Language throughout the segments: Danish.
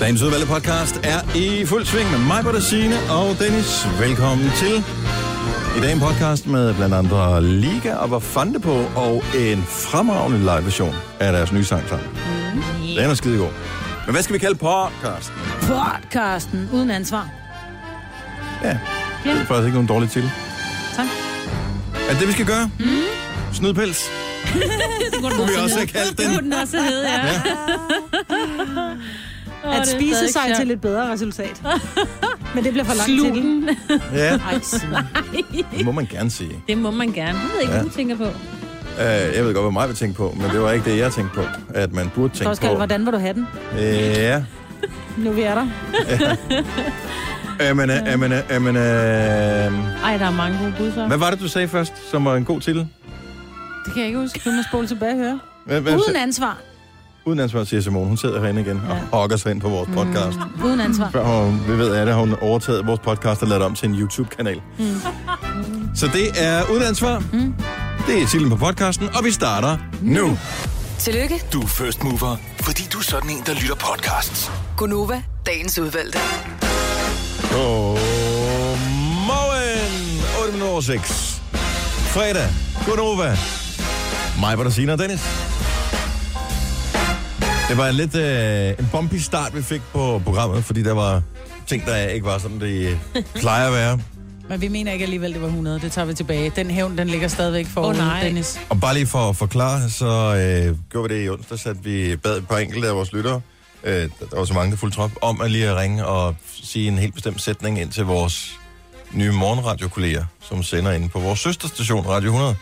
Dagens udvalgte podcast er i fuld sving med mig, Signe og Dennis. Velkommen til. I dag en podcast med blandt andre Liga og Hvor Fande på og en fremragende live-version af deres nye sang sammen. Den er skidegod. Men hvad skal vi kalde podcasten? Podcasten uden ansvar. Ja, det er faktisk ikke nogen dårlig til. Tak. Er det det, vi skal gøre? Snydpels. Det kunne vi også have kaldt den. Det kunne den også hedde, ja. At spise sig til et bedre resultat. Men det bliver for langt til den. Ja, Ej, det må man gerne sige. det må man gerne. Jeg ved ikke, hvad du tænker på. Jeg ved godt, hvad mig vil tænke på, men det var ikke det, jeg tænkte på. At man burde tænke Forskal, på. hvordan vil du have den? Ja. Nu vi er der. Ej, der er mange gode bud så. Hvad var det, du sagde først, som var en god titel? Det kan jeg ikke huske. Du må spole tilbage og høre. Uden ansvar. Uden ansvar, siger Simone. Hun sidder herinde igen og hokker sig ind på vores podcast. Uden ansvar. Før vi ved af det, har hun overtaget vores podcast og lavet om til en YouTube-kanal. Så det er uden ansvar. Det er titlen på podcasten, og vi starter nu. Tillykke, Du er first mover, fordi du er sådan en, der lytter podcasts. Gunova, dagens udvalgte. Godmorgen. 8:06. Fredag. Godnova. Mig, Signe og Dennis. Det var lidt en bumpy start, vi fik på programmet, fordi der var ting, der ikke var sådan, det plejer at være. Men vi mener ikke alligevel, det var 100. Det tager vi tilbage. Den hævn, den ligger stadigvæk for Dennis. Og bare lige for at forklare, så gjorde vi det i onsdag, at vi bad et par enkelte af vores lyttere, der var så mange, der fulgte trop, om at lige at ringe og sige en helt bestemt sætning ind til vores nye morgenradiokolleger, som sender ind på vores søsterstation, Radio 100.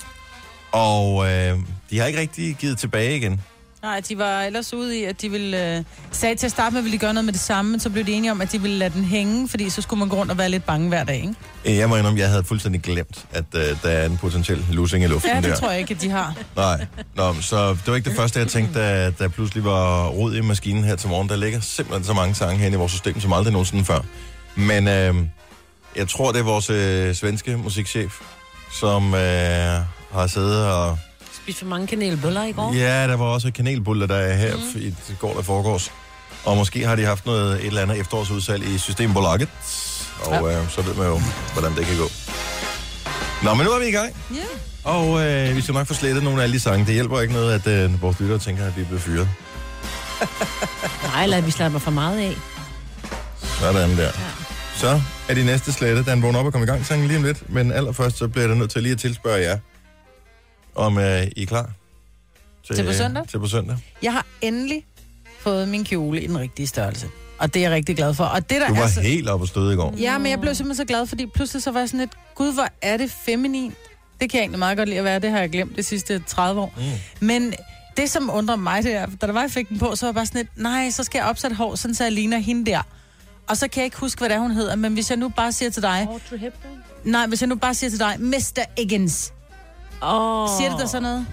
Og de har ikke rigtig givet tilbage igen. Nej, de var ellers ude i, at de ville... sagde til at starte med, at ville de gøre noget med det samme, men så blev de enige om, at de ville lade den hænge, fordi så skulle man gå rundt og være lidt bange hver dag, ikke? Jeg må indrømme, jeg havde fuldstændig glemt, at der er en potentiel lussing i luften der. Ja, det tror jeg ikke, at de har. Nej, så det var ikke det første, jeg tænkte, da der pludselig var rod i maskinen her til morgen. Der ligger simpelthen så mange sange her i vores system, som aldrig nogensinde før. Men jeg tror, det er vores svenske musikchef, som har siddet og... Spiste for mange kanelbuller i går. Ja, der var også kanelbuller, der er her i går, der foregås. Og måske har de haft et eller andet efterårsudsalg i Systembolaget. Og så ved man jo, hvordan det kan gå. Nå, men nu er vi i gang. Ja. Og vi skal nok få slettet nogle af alle de sange. Det hjælper ikke noget, at vores lyttere tænker, at vi er blevet fyret. Nej, eller at vi slapper for meget af. Sådan der. Ja. Så er de næste slette, da han vågner op og kommer i gang sangen lige om lidt. Men allerførst, så bliver jeg nødt til lige at tilspørge jer, om I er klar? Til på søndag? Til på søndag. Jeg har endelig fået min kjole i den rigtige størrelse. Og det er jeg rigtig glad for. Og det, der Du var er helt oppe og støde i går. Ja, men jeg blev simpelthen så glad, fordi pludselig så var jeg sådan lidt, gud, hvor er det feminin. Det kan jeg egentlig meget godt lide at være. Det har jeg glemt de sidste 30 år. Men det, som undrer mig, det er, da der var, jeg fik den på, så var jeg bare sådan lidt, nej, så skal jeg opsætte hår, sådan så jeg ligner hende der. Og så kan jeg ikke huske, hvad det er, hun hedder. Men hvis jeg nu bare siger til dig... Audrey Hepburn? Nej, hvis jeg nu bare siger til dig, Mr. Eggins. Siger det der sådan noget?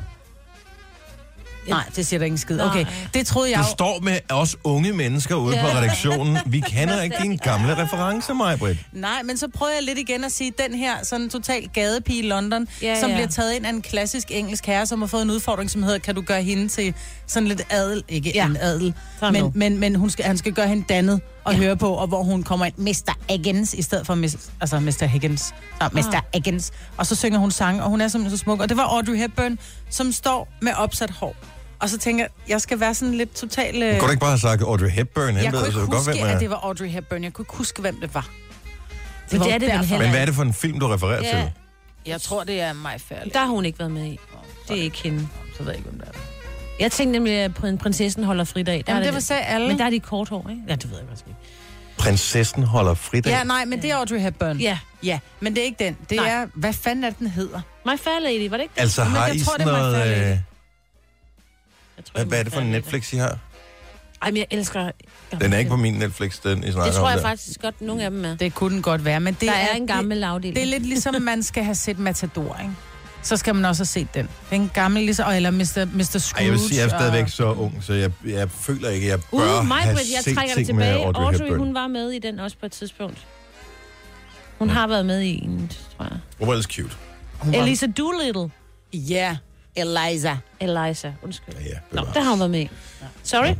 Nej, det siger der ingen skid. Okay, det troede jeg Du jo... står med os unge mennesker ude på redaktionen. Vi kender ikke dine gamle referencer, Maj-Britt. Nej, men så prøver jeg lidt igen at sige, den her sådan total gadepige i London, som bliver taget ind af en klassisk engelsk herre, som har fået en udfordring, som hedder, kan du gøre hende til sådan lidt adel, ikke en adel, men han skal gøre hende dannet og høre på, og hvor hun kommer ind, Mr. Eggins, i stedet for Mr. Higgins. Så Mr. Eggins. Og så synger hun sang, og hun er simpelthen så smuk. Og det var Audrey Hepburn, som står med opsat hår. Og så tænker jeg skal være sådan lidt total... Kunne du ikke bare have sagt Audrey Hepburn? Jeg kunne ikke huske, at det var Audrey Hepburn. Jeg kunne ikke huske, hvem det var. Det var det Men hvad er det for en film, du refererer til? Jeg tror, det er mig færdig. Der har hun ikke været med i. Det er ikke hende. Så ved jeg ikke, hvem det er. Jeg tænkte nemlig, at prinsessen holder fridag. Jamen, det var så alle. Men der er de kort hår, ikke? Ja, det ved jeg faktisk ikke. Prinsessen holder fridag? Ja, nej, men det er Audrey Hepburn. Ja, men det er ikke den. Det er... Hvad fanden er den hedder? My Fair Lady, var det ikke det? Altså, har I sådan noget... Hvad er det for en Netflix, I har? Ej, men jeg elsker... Den er ikke på min Netflix, den I snakker om. Det tror jeg faktisk godt, nogle af dem er. Det kunne den godt være, men det der er en gammel afdeling. Det er lidt ligesom, man skal have set Matador, ikke? Så skal man også have set den. Det er en gammel, ligesom... Eller Mr. Scrooge. Ej, jeg vil sige, jeg er stadigvæk så ung, så jeg føler ikke, jeg bør have set ting med Audrey Hepburn. Hun var med i den også på et tidspunkt. Hun har været med i en, tror jeg. Hun var ellers cute. Elisa Doolittle. Ja, Eliza, undskyld. Ja, Nå, der har hun været med i. Sorry?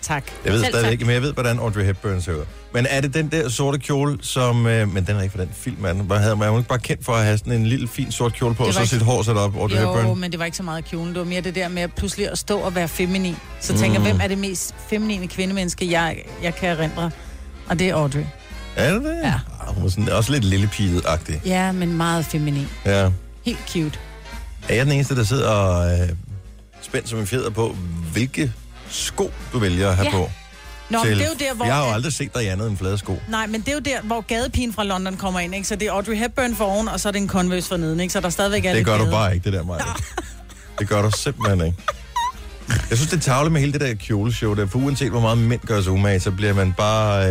Tak. Jeg ved Selv stadig tak. ikke, men jeg ved, hvordan Audrey Hepburn ser ud. Men er det den der sorte kjole, som... men den er ikke for den film, man var ikke bare kendt for at have sådan en lille, fin sort kjole på, og så ikke... sit hår sat op, Audrey Hepburn? Jo, men det var ikke så meget kjolen. Det var mere det der med at pludselig at stå og være feminin. Så tænker jeg, hvem er det mest feminine kvindemenneske, jeg kan erindre? Og det er Audrey. Er det det? Ja. Hun var sådan, også lidt lillepiget-agtig. Ja, men meget feminin. Ja. Helt cute. Er jeg den eneste, der sidder og spændt som en fjeder på, hvilke sko du vælger at have på? Nå, men det er jo der, hvor... Jeg har jo aldrig set dig i andet end flade sko. Nej, men det er jo der, hvor gadepigen fra London kommer ind, ikke? Så det er Audrey Hepburn for oven, og så er det en Converse for neden, ikke? Så der stadigvæk er det lidt gør gade. du bare ikke, det der, Maja. Det gør du simpelthen ikke. Jeg synes, det er tarveligt med hele det der kjoleshow der, for uanset hvor meget mænd gør sig umage, så bliver man bare...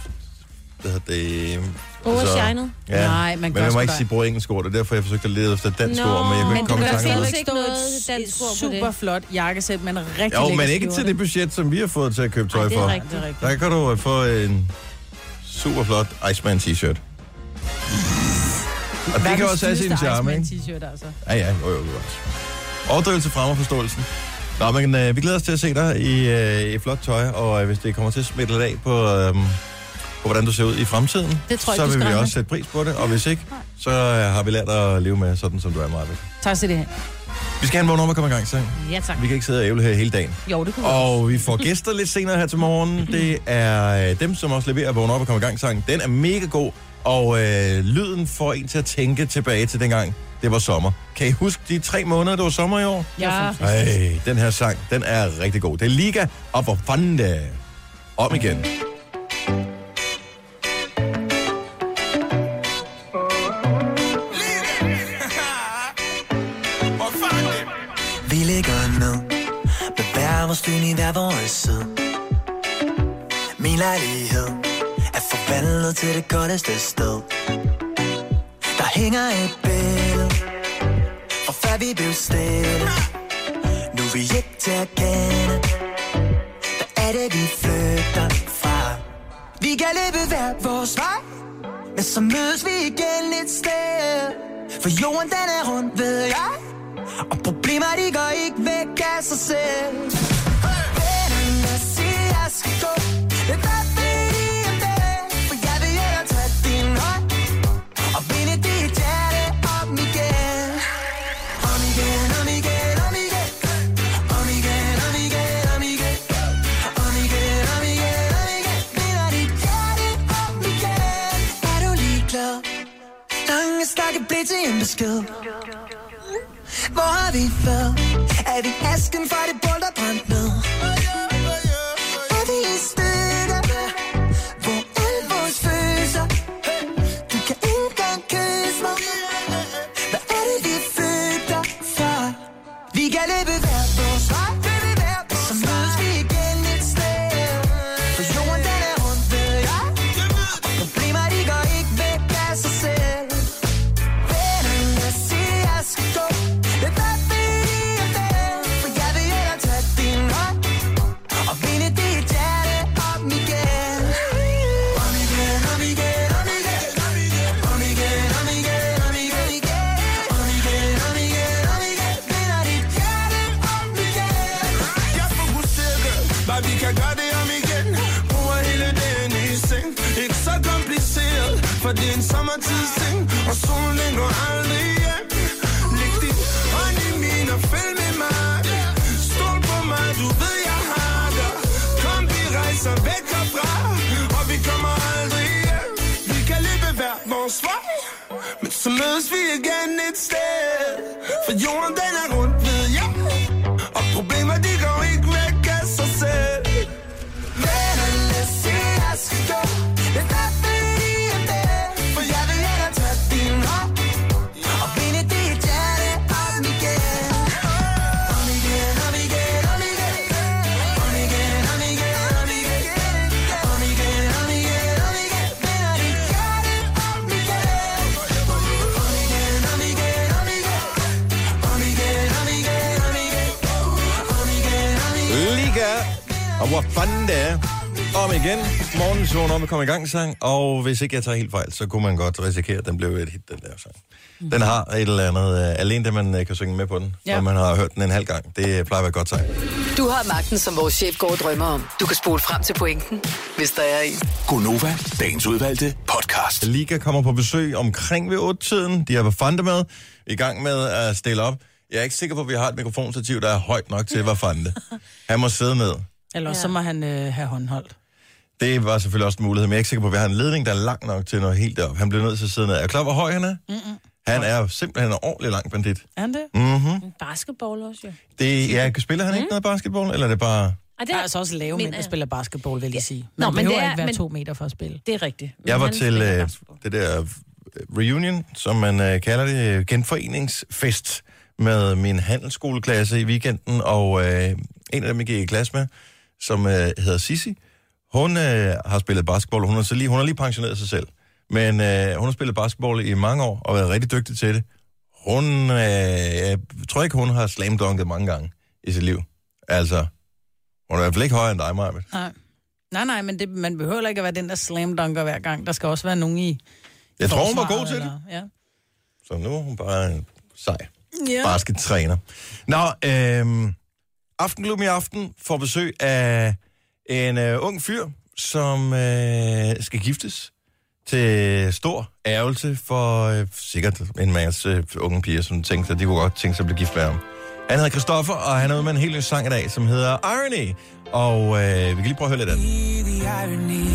Overshinet? Ja, Nej, man men man må ikke sige bruge engelsk ord, det er derfor, jeg forsøgte at lede efter dansk ord, men jeg kunne ikke komme i tanke om det. ikke noget dansk ord på det. Super flot jakkesæt, men rigtig Jo, men lækker ikke til skjorte. det budget, som vi har fået til at købe tøj Ej, det er for. rigtigt. Der kan du få en super flot Iceman t-shirt. Og det kan også have sin charme, ikke? T-shirt, altså. Ja, jo, også. Overdrivelse fremmer forståelsen. Nå, men vi glæder os til at se dig i flot tøj, og hvis det kommer til at smitte lidt af på hvordan du ser ud i fremtiden, Det tror jeg, så du vil vi skal også sætte pris på det, og hvis ikke, så har vi lært at leve med sådan, som du er, Marvind. Tak skal det have. Vi skal have en vågen om at komme i gang, så. Ja, tak. Vi kan ikke sidde og ævle her hele dagen. Jo, det kunne Og vi får gæster lidt senere her til morgen. Det er dem, som også leverer vågen op og komme i gang sang. Den er mega god, og lyden får en til at tænke tilbage til dengang, det var sommer. Kan I huske de 3 måneder, det var sommer i år? Ja. Ej, den her sang, den er rigtig god. Det er Liga og hvor fanden det om igen. Vi ligger ned med hver vores dyn i hver vores side. Min lejlighed er forvandlet til det koldeste sted. Der hænger et billede fra før vi blev stille. Nu er vi ikke til at kende. Hvad er det vi flygter fra? Vi kan løbe hver vores vej, men så mødes vi igen et sted. For jorden den er rundt, ved jeg. Og problemer, de går ikke væk af sig selv. Vennerne siger, jeg skal gå. Det er bare fordi om det. For jeg vil hellere tage din hånd og vinde dit hjerte om igen. Om igen, om igen, om igen. Om igen, om igen, om igen. Om igen, om igen, om igen. Vinder dit hjerte om igen. Er du ligeglad? Lange snakke blev til en besked. Hvor har vi været? Er vi asken fra det bål, der brændte ned? Er vi i stykker? Hvor alle vores følelser? Du kan ikke engang kysse mig. Hvad er det, vi flygter fra? Vi kan løbe hver vores vej, så mødes vi igen et sted. For jorden den er rundt, ved jeg. Og problemer, de går ikke væk af sig selv. Vennerne siger, jeg skal gå. Det er bare fordi om det. For jeg vil hellere tage din hånd og vinde dit hjerte om igen. Om igen, om igen, om igen. Om igen, om igen, om igen. Om igen, om igen, om igen. Vinder dit hjerte om igen. Jeg er fokuseret, bare vi kan gøre det om igen. Bruger hele dagen i seng. Ikke så kompliceret, for det er en sommertidsting. Og solen går aldrig hjem. Læg din hånd i min og følg med mig. Stol på mig, du ved jeg har dig. Kom, vi rejser væk herfra, og vi kommer aldrig hjem. Vi kan løbe hver vores vej, men så mødes vi igen et sted. For jorden den er rundt, ved jeg. Og problemer de går ikke væk af sig selv. Vennerne siger, jeg skal gå. Det er bare fordi om det. For jeg vil hellere tage din hånd og vinde dit hjerte om igen. Om igen, om igen, om igen. Om igen, om igen, om igen. Om igen, om igen, om igen. Vinder dit hjerte om igen. Om igen, om igen, om igen. Om igen, om igen, om igen. Om igen, om igen. Liga og hvor fanden det er. Om igen. Morgens vågen om at komme i gang sang. Og hvis ikke jeg tager helt fejl, så kunne man godt risikere, at den blev et hit, den der sang. Den har et eller andet, alene det man kan synge med på den, og man har hørt den en halv gang. Det plejer at være et godt sang. Du har magten, som vores chef går og drømmer om. Du kan spole frem til pointen, hvis der er en. Gonova, dagens udvalgte podcast. Liga kommer på besøg omkring ved 8-tiden. De har Vafante med. I gang med at stille op. Jeg er ikke sikker på, at vi har et mikrofonstativ, der er højt nok til Vafante. Han må sidde ned. Eller så må han have håndholdt. Det var selvfølgelig også en mulighed, men jeg er ikke sikker på, at vi har en ledning, der er lang nok til noget helt derop. Han bliver nødt til at sidde ned. Er du klar, hvor høj han er? Han er simpelthen en ordentlig lang bandit. Er han det? Basketball også, jo. Spiller han ikke noget basketball, eller er det bare... Der er altså også lave mænd, der spiller basketball, vil jeg sige. Men det behøver ikke være 2 meter for at spille. Det er rigtigt. Jeg var til det der reunion, som man kalder det, genforeningsfest med min handelsskoleklasse i weekenden, og en af dem, jeg gik i klasse med, som hedder Sissi, hun har spillet basketball, hun har lige pensioneret sig selv, men hun har spillet basketball i mange år, og været rigtig dygtig til det. Jeg tror ikke, hun har slamdunket mange gange i sit liv. Altså, hun er i hvert fald ikke højere end dig, Marvind. Nej, men man behøver ikke at være den, der slamdunker hver gang. Der skal også være nogen i... Jeg tror, hun var god til det. Ja. Så nu er hun bare en sej baskettræner. Nå, Aftenklubben i aften får besøg af en ung fyr, som skal giftes til stor ærgelse for sikkert en masse unge piger, som tænkte, at de kunne godt tænke sig at blive gift med ham. Han hedder Christoffer, og han er ude med en helt ny sang i dag, som hedder Irony. Og vi kan lige prøve at høre lidt af den.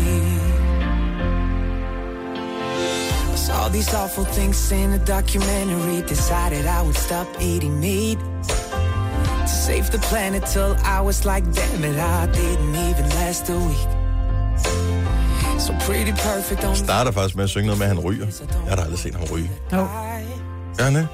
All these awful things in a documentary. Decided I would stop eating meat to save the planet till I was like, damn it, I didn't even last a week. So pretty perfect. Starter faktisk med at synge noget med, at han ryger. Jeg har da aldrig set ham ryge. Jo. Gør han det?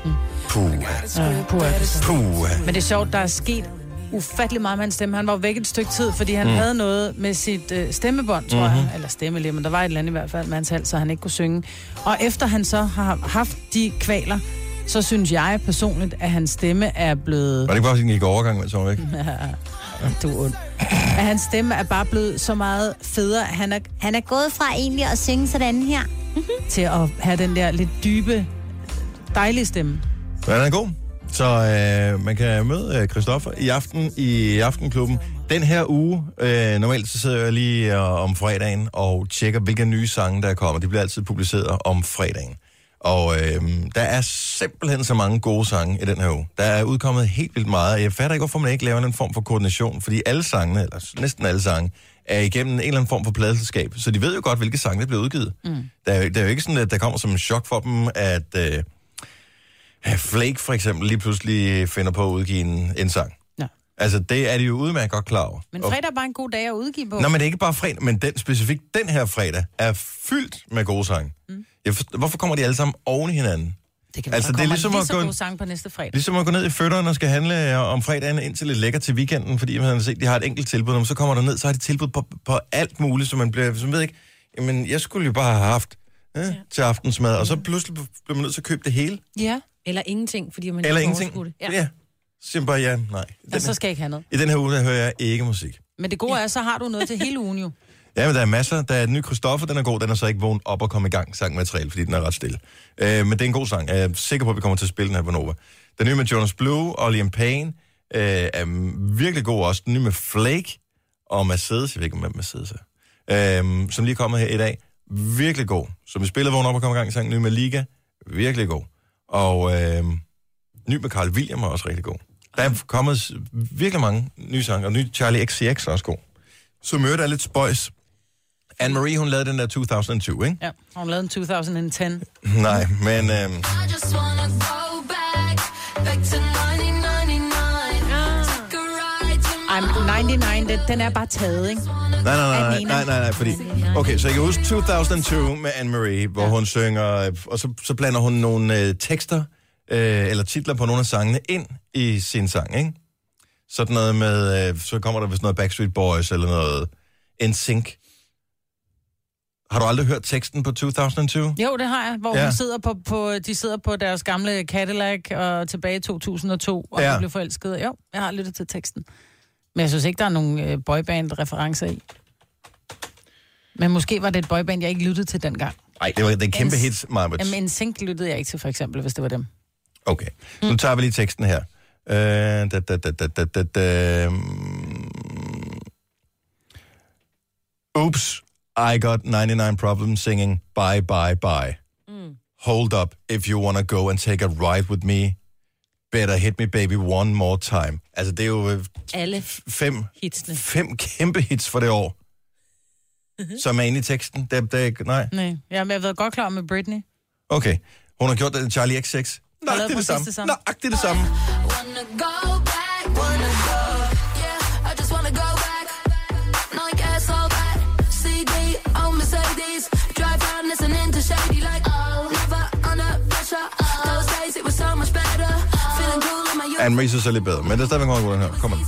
Puh. Men det er sjovt, der er sket ufattelig meget med hans stemme. Han var væk et stykke tid, fordi han havde noget med sit stemmebånd, tror jeg. Eller stemmelemmen, der var et eller andet i hvert fald med hans hals, så han ikke kunne synge. Og efter han så har haft de kvaler, så synes jeg personligt, at hans stemme er blevet... Var det ikke bare, at han gik overgang, mens han var væk? Du er ond. At hans stemme er bare blevet så meget federe. Han er gået fra egentlig at synge sådan her, til at have den der lidt dybe, dejlige stemme. Så han er god. Så man kan møde Christoffer i aften i Aftenklubben. Den her uge, normalt så sidder jeg lige om fredagen og tjekker, hvilke nye sange, der kommer. De bliver altid publiceret om fredagen. Og der er simpelthen så mange gode sange i den her uge. Der er udkommet helt vildt meget. Jeg fatter ikke, hvorfor man ikke laver en form for koordination, fordi alle sangene, eller næsten alle sange, er igennem en eller anden form for pladeselskab. Så de ved jo godt, hvilke sange, der bliver udgivet. Det er jo ikke sådan, at der kommer som en chok for dem, at Flake for eksempel lige pludselig finder på at udgive en sang. Ja. Altså, det er de jo udmærket godt klar over. Men fredag er bare en god dag at udgive på. Nå, men det er ikke bare fredag, men den her fredag er fyldt med gode sange. Hvorfor kommer de alle sammen oven i hinanden? Det kan altså, det er ligesom at gå sang på næste fredag. Ligesom at gå ned i fødderen og skal handle om fredagen indtil lidt lækker til weekenden, fordi man har set, de har et enkelt tilbud, og så kommer der ned, så har de tilbud på alt muligt, så man bliver, som ved ikke, jamen, jeg skulle jo bare have haft til aftensmad, og så pludselig bliver man nødt til at købe det hele. Ja. Eller ingenting, fordi man ikke overskue det. Ja. Simpelthen bare nej. Så skal jeg ikke have noget. I den her uge, der hører jeg ikke musik. Men det gode er, så har du noget til hele ugen jo. Ja, men der er masser. Der er en ny Christoffer, den er god. Den er så ikke vågen op og komme i gang sangmateriale, fordi den er ret stille. Men det er en god sang. Jeg er sikker på, at vi kommer til at spille den her på Nova. Den nye med Jonas Blue og Liam Payne er virkelig god også. Den nye med Flake og Mercedes. Jeg ved ikke, om Mercedes er. Som lige kommer her i dag. Virkelig god. Så vi spiller vågen op og komme i gang sang. Ny med Liga. Virkelig god. Og ny med Carl William er også rigtig god. Der er kommet virkelig mange nye sange, og ny Charlie XCX er også god. Så mødet er lidt spøjs. Anne-Marie, hun lavede den der 2002, ikke? Ja, hun lavede en 2010. Nej, men... I'm 99, den er bare taget, ikke? Nej, fordi... Okay, så jeg kan huske 2002 med Anne-Marie, hvor hun synger, og så blander hun nogle tekster, eller titler på nogle af sangene ind i sin sang, ikke? Sådan noget med, så kommer der vist noget Backstreet Boys, eller noget NSYNC. Har du aldrig hørt teksten på 2002? Jo, det har jeg, hvor hun sidder de sidder på deres gamle Cadillac og tilbage i 2002, og de blev forelsket. Jo, jeg har lyttet til teksten. Men jeg synes ikke, der er nogen boyband-referencer i. Men måske var det et boyband, jeg ikke lyttede til dengang. Nej, det var en kæmpe hit, Marbet. Jamen, NSYNC lyttede jeg ikke til, for eksempel, hvis det var dem. Okay, nu tager vi lige teksten her. Oops, I got 99 problems singing bye, bye, bye. Hold up, if you wanna go and take a ride with me, better hit me baby one more time. Altså, det er jo alle fem kæmpe hits for det år, som er inde i teksten. Nej. Ja, men jeg ved godt klar med Britney. Okay, hun har gjort det Charlie XX. Nøjagtigt det samme. Nøjagtigt det samme. Anne-Marie synes er lidt bedre, men det er stadigvæk godt den her. Kom on.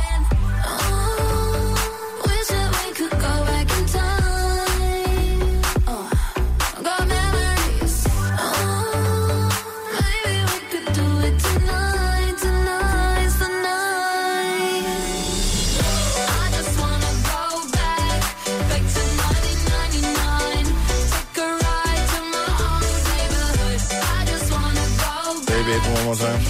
One more time.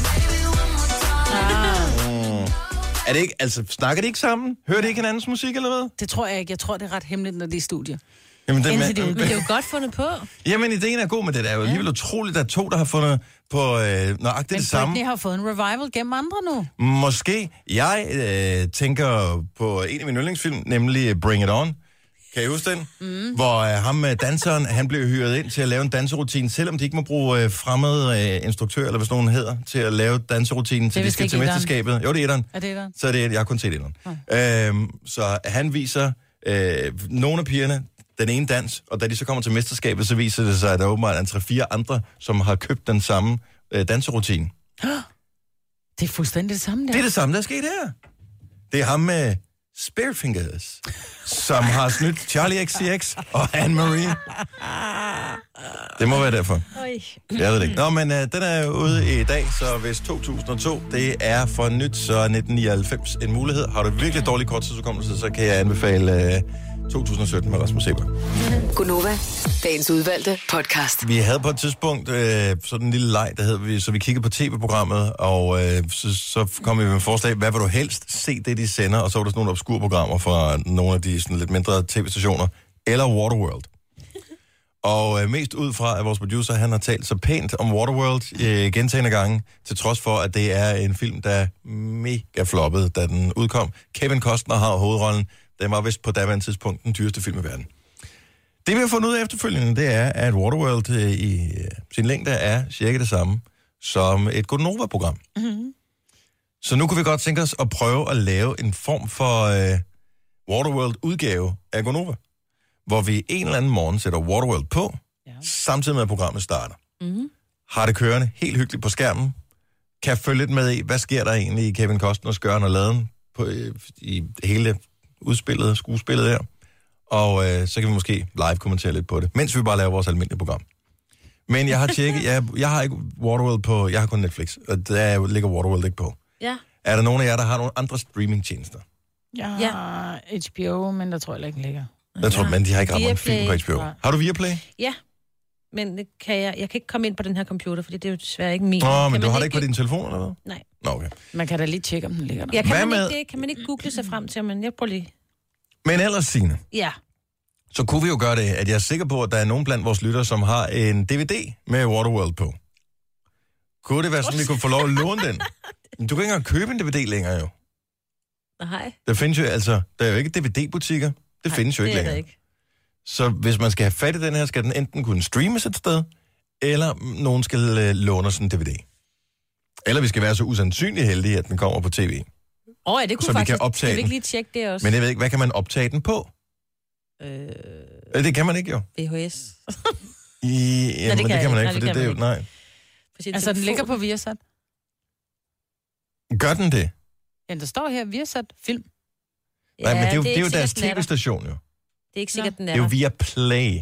Er det ikke, altså, snakker de ikke sammen? Hører de ikke hinandens musik, eller hvad? Det tror jeg ikke. Jeg tror, det er ret hemmeligt, når de er i studie. Jamen, men det er jo godt fundet på. Jamen, ideen er god, men det er jo alligevel utroligt, at der er to, der har fundet på nøjagtigt det samme. Men Britney har fået en revival gennem andre nu. Måske. Jeg tænker på en af mine yndlingsfilm, nemlig Bring It On. Kan I huske den? Hvor ham danseren, han blev hyret ind til at lave en danserutine, selvom de ikke må bruge fremmede instruktører, eller hvad sådan nogen hedder, til at lave danserutinen, til de skal til mesterskabet. Jo, det er etteren. Er det etteren? Så er det, jeg har kun set etteren. Så han viser nogle af pigerne den ene dans, og da de så kommer til mesterskabet, så viser det sig, at der åbenbart er 3-4 andre, som har købt den samme danserutine. Det er fuldstændig det samme, der. Det er det samme, der er sket her. Det er ham med Spearfingers, som har snydt Charlie XCX og Anne-Marie. Det må være derfor. Jeg ved det ikke. Nå, men den er ude i dag, så hvis 2002, det er for nyt, så er 1999 en mulighed. Har du virkelig dårlig korttidsudkommelse, så kan jeg anbefale 2017 med Rasmus Seber. Gunova, dagens udvalgte podcast. Vi havde på et tidspunkt sådan en lille leg, der hed vi, så vi kiggede på tv-programmet, og så kom vi med forslag, hvad vil du helst se det, de sender, og så var der sådan nogle obskure programmer fra nogle af de sådan lidt mindre tv-stationer, eller Waterworld. Og mest ud fra, at vores producer, han har talt så pænt om Waterworld gentagne gange, til trods for, at det er en film, der er mega floppet, da den udkom. Kevin Costner har hovedrollen. Den var vist på daværende tidspunkt den dyreste film i verden. Det vi har fundet ud af efterfølgende, det er, at Waterworld i sin længde er cirka det samme som et Gonova-program. Mm-hmm. Så nu kunne vi godt tænke os at prøve at lave en form for Waterworld-udgave af Gonova, hvor vi en eller anden morgen sætter Waterworld på, samtidig med at programmet starter. Mm-hmm. Har det kørende helt hyggeligt på skærmen, kan følge lidt med i, hvad sker der egentlig i Kevin Costners gøren og laden på, i hele udspillet, skuespillet her. Og så kan vi måske live kommentere lidt på det, mens vi bare laver vores almindelige program. Men jeg har tjekket, jeg har ikke Waterworld på, jeg har kun Netflix, og der ligger Waterworld ikke på. Ja. Er der nogen af jer, der har nogle andre streamingtjenester? Jeg har HBO, men der tror jeg ikke ligger. Jeg tror, men de har ikke ret mange film på HBO. Har du Viaplay? Ja, men det kan jeg kan ikke komme ind på den her computer, fordi det er jo desværre ikke min. Men du har det ikke på din telefon, eller hvad? Nej. Nå, okay. Man kan da lige tjekke, om den ligger der. Ja, kan man ikke google sig frem til, men jeg prøver lige. Men ellers, Signe, ja. Så kunne vi jo gøre det, at jeg er sikker på, at der er nogen blandt vores lyttere, som har en DVD med Waterworld på. Kunne det være sådan, vi kunne få lov at låne den? Men du kan ikke engang købe en DVD længere, jo. Nej. Der findes jo altså, der er jo ikke DVD-butikker. Det findes jo ikke længere. Ikke. Så hvis man skal have fat i den her, skal den enten kunne streames et sted, eller nogen skal låne sådan en DVD. Eller vi skal være så usandsynligt heldige, at den kommer på tv. Ja, det kunne så faktisk. Vi kan optage jeg vil ikke lige tjekke det også. Men jeg ved ikke, hvad kan man optage den på? Det kan man ikke, jo. VHS. Jamen, det kan man ikke, for det er jo... Nej. Altså, den ligger på Viasat. Gør den det? Ja, der står her, Viasat film. Nej, men det er jo deres tv-station, jo. Det er ikke sikkert, den er det er jo via Play.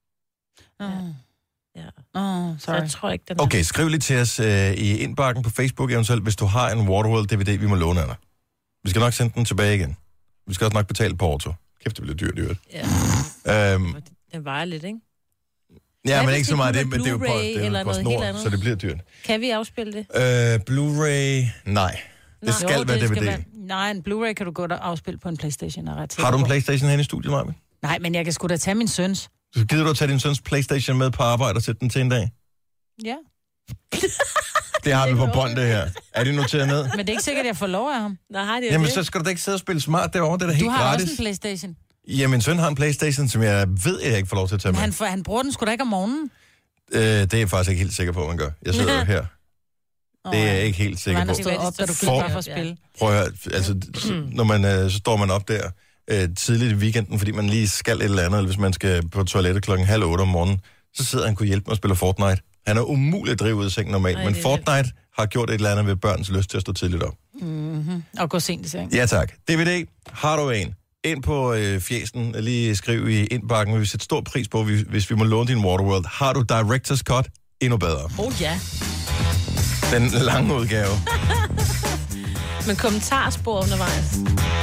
Så jeg tror ikke, den er. Okay, skriv lige til os i indbakken på Facebook eventuelt, hvis du har en Waterworld-DVD, vi må låne af dig. Vi skal nok sende den tilbage igen. Vi skal også nok betale på auto. Kæft, det bliver dyrt. Ja. Den vejer lidt, ikke? Ja, men ikke så meget det, men det er jo eller på noget helt snor, andet. så det bliver dyrt. Kan vi afspille det? Blu-ray, nej. Det skal være DVD. Nej, en Blu-ray kan du godt afspille på en PlayStation. Har du en PlayStation hen i studiet, Maja? Nej, men jeg kan sgu da tage min søns. Så gider du at tage din søns PlayStation med på arbejde og sætte den til en dag? Ja. Det har vi på bånd, det her. Er det noteret ned? Men det er ikke sikkert, at jeg får lov af ham. Nej, det er Jamen, det. så skal du da ikke sidde og spille smart derovre. Det er da helt Du har gratis. også en PlayStation. Ja, min søn har en PlayStation, som jeg ved, jeg ikke får lov til at tage med. Han bruger den sgu da ikke om morgenen. Det er jeg faktisk ikke helt sikker på, at man gør. Jeg sidder jo her. Det er jeg ikke helt sikker Han på. har stået op, da du gik bare for at spille. Prøv at høre, altså, når man, så står man op der tidligt i weekenden, fordi man lige skal et eller andet, eller hvis man skal på toilettet 7:30 om morgenen, så sidder han kunne hjælpe mig at spille Fortnite. Han er umulig at drive ud af sengen normalt, men Fortnite har gjort et eller andet ved børns lyst til at stå tidligt op. Mm-hmm. Og gå sent i seng. Ja tak. DVD, har du en? Ind på fjesen, lige skriv i indbakken, vi vil sætte stor pris på, hvis vi må låne din Waterworld. Har du Director's Cut? Endnu bedre. Ja. Den lange udgave. Men kommentarspor undervejs.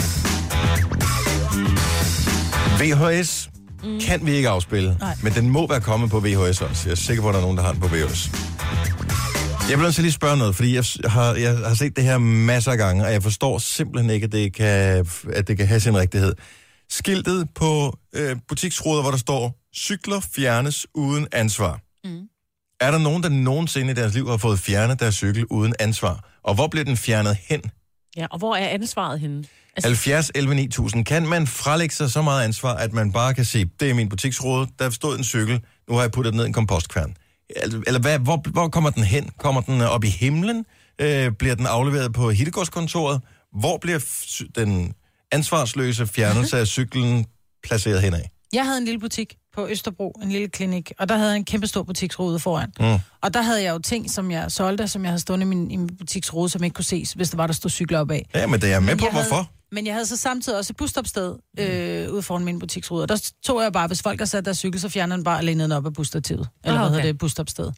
VHS kan vi ikke afspille, men den må være kommet på VHS også. Jeg er sikker på, at der er nogen, der har den på VHS. Jeg vil også lige spørge noget, fordi jeg har set det her masser af gange, og jeg forstår simpelthen ikke, at det kan have sin rigtighed. Skiltet på butiksruder, hvor der står, cykler fjernes uden ansvar. Mm. Er der nogen, der nogensinde i deres liv har fået fjernet deres cykel uden ansvar? Og hvor bliver den fjernet hen? Ja, og hvor er ansvaret henne? 70 11 9000. Kan man frelægge sig så meget ansvar, at man bare kan sige, det er min butiksrude, der stod en cykel, nu har jeg puttet den ned i en kompostkværn? Eller hvor kommer den hen? Kommer den op i himlen? Bliver den afleveret på hittegårdskontoret? Hvor bliver den ansvarsløse fjernelse af cyklen placeret henad? Jeg havde en lille butik på Østerbro, en lille klinik, og der havde jeg en kæmpe stor butiksrude foran. Mm. Og der havde jeg jo ting, som jeg solgte, som jeg havde stående i min butiksrude, som ikke kunne ses, hvis der var, der stod cykler op af. Ja, men det er jeg med på, hvorfor? Men jeg havde så samtidig også et busstopsted ude foran min butiksrude, og der tog jeg bare, hvis folk har sat deres cykel, så fjerner den bare alene den op af busstativet. Eller hvad hedder det, busstopsted.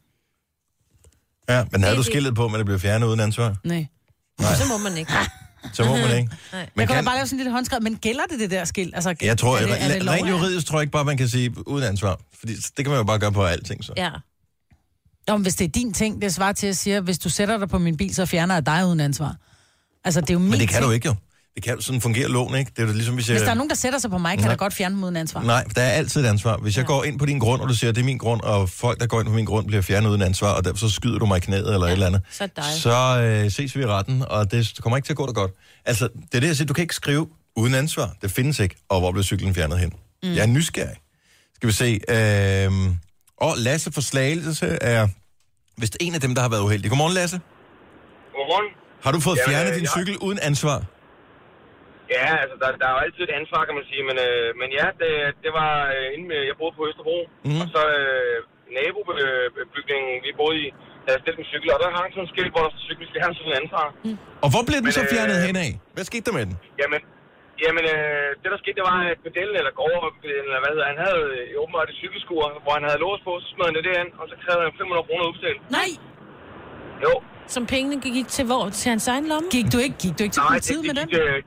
Ja, men havde du skiltet på, men det blev fjernet uden ansvar? Nej. Så må man ikke. Så må man ikke. Man kan bare lave sådan en lille håndskrevet, men gælder det der skilt? Altså, jeg tror, rent juridisk tror jeg ikke bare, man kan sige uden ansvar. Fordi det kan man jo bare gøre på alting, så. Ja. Nå, men hvis det er din ting, det svarer til at sige, hvis du sætter dig på min bil, så fjerner jeg dig uden ansvar. Altså, det er jo min Men det kan ting. du ikke jo. Det kan sådan fungerer loven, ikke? Det er jo ligesom, hvis der er nogen, der sætter sig på mig, kan der godt fjerne dem uden ansvar. Nej, der er altid et ansvar. Hvis jeg går ind på din grund, og du siger, det er min grund, og folk, der går ind på min grund, bliver fjernet uden ansvar, og derfor så skyder du mig i knæet eller et eller andet, så ses vi i retten, og det kommer ikke til at gå da godt. Altså, det er det, jeg siger, du kan ikke skrive uden ansvar. Det findes ikke. Og hvor bliver cyklen fjernet hen? Jeg er nysgerrig. Skal vi se. Lasse for Slagelse er vist en af dem, der har været uheldig. Godmorgen, Lasse. Godmorgen. Har du fået fjernet din cykel uden ansvar? Ja, altså der er jo altid et ansvar, kan man sige, men ja, det var inden jeg boede på Østerbro, og så nabobygningen, vi boede i, havde stillet en cykel, og der hang sådan en skilt, hvor der stod cykel, skal have sådan en ansvar. Og hvor blev den så fjernet henad? Hvad skete der med den? Jamen, det der skete, det var, at pedellen eller gårdpedellen, eller hvad hedder, han havde åbenbart et cykelskur, hvor han havde lås på, så smed han det derind, og så krævede han 500 kroner udbetalt. Nej! Jo. Som pengene gik til hvor? Til hans egen lomme? Gik du ikke til politiet med den?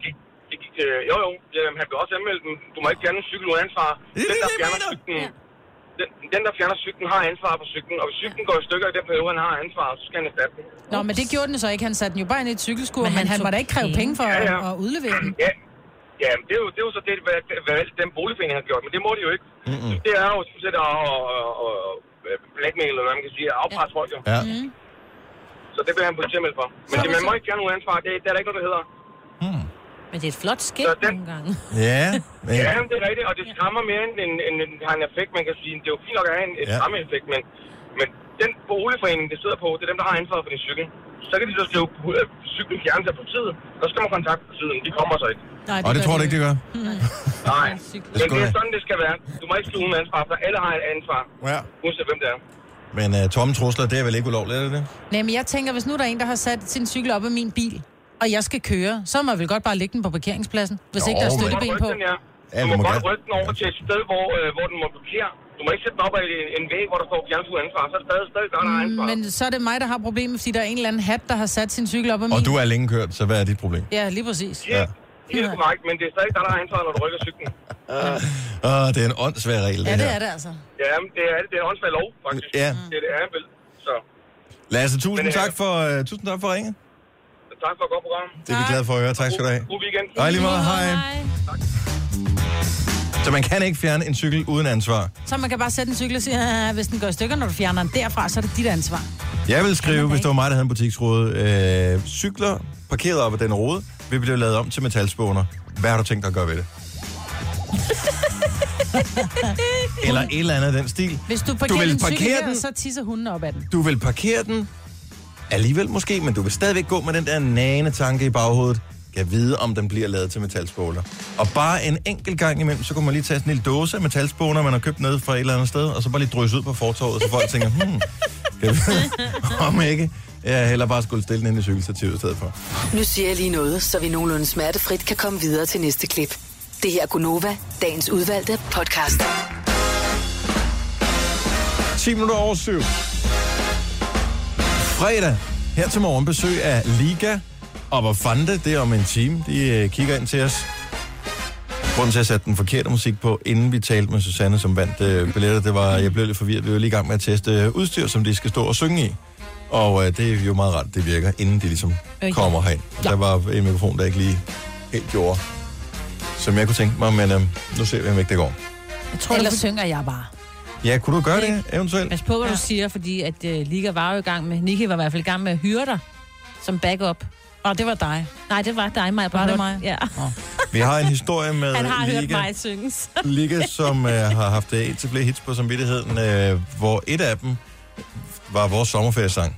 Jo. Han blev også anmeldt, men du må ikke fjerne en cykel uden ansvar. Den, der fjerner cyklen, har ansvar for cyklen, og hvis cyklen går i stykker i den periode, han har ansvar, så skal han erstatte den. Nå, men det gjorde den så ikke. Han satte den jo bare ind i et cykelskur, men han må da ikke kræve penge for at udlevere den. Ja, men det er jo så det, hvad den boligforening har gjort, men det må de jo ikke. Det er jo sådan set at blackmail, eller hvad man kan sige, at afpresse folk jo. Ja. Så det bliver han politianmeldt for. Men man må ikke fjerne nogen ansvar, det er der ikke noget, der hedder. Men det er et flot skilt nogle gange. Ja, ja, det er rigtigt, og det skræmmer mere end har en effekt, man kan sige. Det er jo fint nok at have en skræmmeeffekt, men den boligforening, det sidder på, det er dem, der har ansvaret for din cykel. Så kan de så skrive cyklen fjernet af politiet, og så skal man kontakte politiet, de kommer så ikke. Nej, og det tror du ikke, det gør? Nej, men det er sådan, det skal være. Du må ikke skrive uden ansvar, for alle har et ansvar, uanset hvem det er. Men tomme trusler, det er vel ikke ulovligt, er det det? Nej, men jeg tænker, hvis nu der er en, der har sat sin cykel op af min bil, og jeg skal køre, så må jeg vel godt bare lægge den på parkeringspladsen, hvis ikke der er støtteben på. Du må godt rykke den over til et sted, hvor den må blokere. Du må ikke sætte den op af en væg, hvor der står fjernsynet ansvar. Så er det stadig der er ansvar. Men så er det mig, der har problemet, fordi der er en eller anden hat, der har sat sin cykel op af min. Og du er længe kørt, så hvad er dit problem? Ja, lige præcis. Ja, helt korrekt, men det er stadig der er ansvar, når du rykker cyklen. Det er en åndssvær regel, det her. Ja, det er det altså. Ja, det er en åndssvær lov, faktisk. Ja. Det er vel. Så. Lasse, tusind tak for ringet. Tak for et godt program. Det er vi glade for at høre. Tak skal du have. God weekend. Hej lige meget. Hej. Så man kan ikke fjerne en cykel uden ansvar. Så man kan bare sætte en cykel og sige, hvis den går i stykker, når du fjerner den derfra, så er det dit ansvar. Jeg vil skrive, hvis det var mig, der havde en butiksrude, cykler parkeret op ad den rode, vil blive lavet om til metalspåner. Hvad har du tænkt dig at gøre ved det? Eller et eller andet af den stil. Hvis du parkerer en cykel her, så tisser hunden op ad den. Du vil parkere den alligevel måske, men du vil stadigvæk gå med den der nagende tanke i baghovedet. Kan vide, om den bliver lavet til metalspåner. Og bare en enkelt gang imellem, så kunne man lige tage sådan en lille dåse af metalspåner, man har købt ned fra et eller andet sted, og så bare lige drysse ud på fortovet, så folk tænker, kan jeg vide, om ikke jeg heller bare skulle stille den ind i cykelstativet i stedet for. Nu siger jeg lige noget, så vi nogenlunde smertefrit kan komme videre til næste klip. Det her er Gunova, dagens udvalgte podcast. 10 minutter over 7. Fredag. Her til morgen besøg af Liga og hvor fanden det er om en time. De kigger ind til os. Grunden til at sætte den forkerte musik på, inden vi talte med Susanne, som vandt billetter, det var, jeg blev lidt forvirret. Vi var lige i gang med at teste udstyr, som de skal stå og synge i. Og det er jo meget rart, det virker, inden de ligesom kommer herind. Ja. Der var en mikrofon, der ikke lige helt gjorde, som jeg kunne tænke mig, men nu ser vi, om ikke det går. Jeg tror, ellers synger jeg bare. Ja, kunne du gøre det eventuelt? Pas på, hvad du siger, fordi at Liga var jo i gang med, Nicky var i hvert fald i gang med at hyre dig som backup. Og det var dig. Nej, det var dig, Maja. Var det mig? Ja. Vi har en historie med Han har Liga, hørt mig synges. Liga, som har haft et til flere hits på samvittigheden, hvor et af dem var vores sommerferiesang,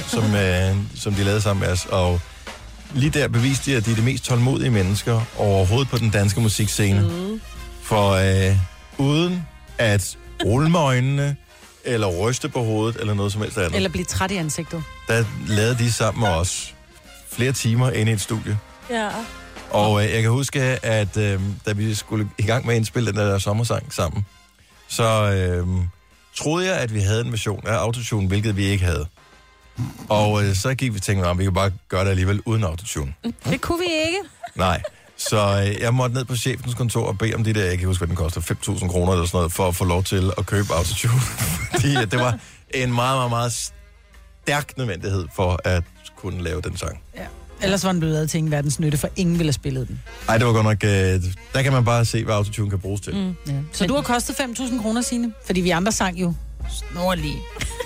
som de lavede sammen med os. Og lige der beviste de, at de er de mest tålmodige mennesker overhovedet på den danske musikscene. For uden at rulle med øjnene, eller ryste på hovedet, eller noget som helst andet. Eller blive træt i ansigtet. Der lavede de sammen med os flere timer inde i et studie. Ja. Og jeg kan huske, at da vi skulle i gang med at indspille den der sommersang sammen, så troede jeg, at vi havde en version af autotune, hvilket vi ikke havde. Og så gik vi og tænkte, at vi kan bare gøre det alligevel uden autotune. Det kunne vi ikke. Nej. Så jeg måtte ned på chefens kontor og bede om det der, jeg kan huske, hvad den koster, 5.000 kroner eller sådan noget, for at få lov til at købe autotune. Fordi det var en meget, meget, meget stærk nødvendighed for at kunne lave den sang. Ja. Ellers var den blevet lavet til ingen verdens nytte, for ingen ville have spillet den. Nej, det var godt nok... der kan man bare se, hvad autotune kan bruges til. Ja. Så du har kostet 5.000 kroner, Signe? Fordi vi andre sang jo snorlige.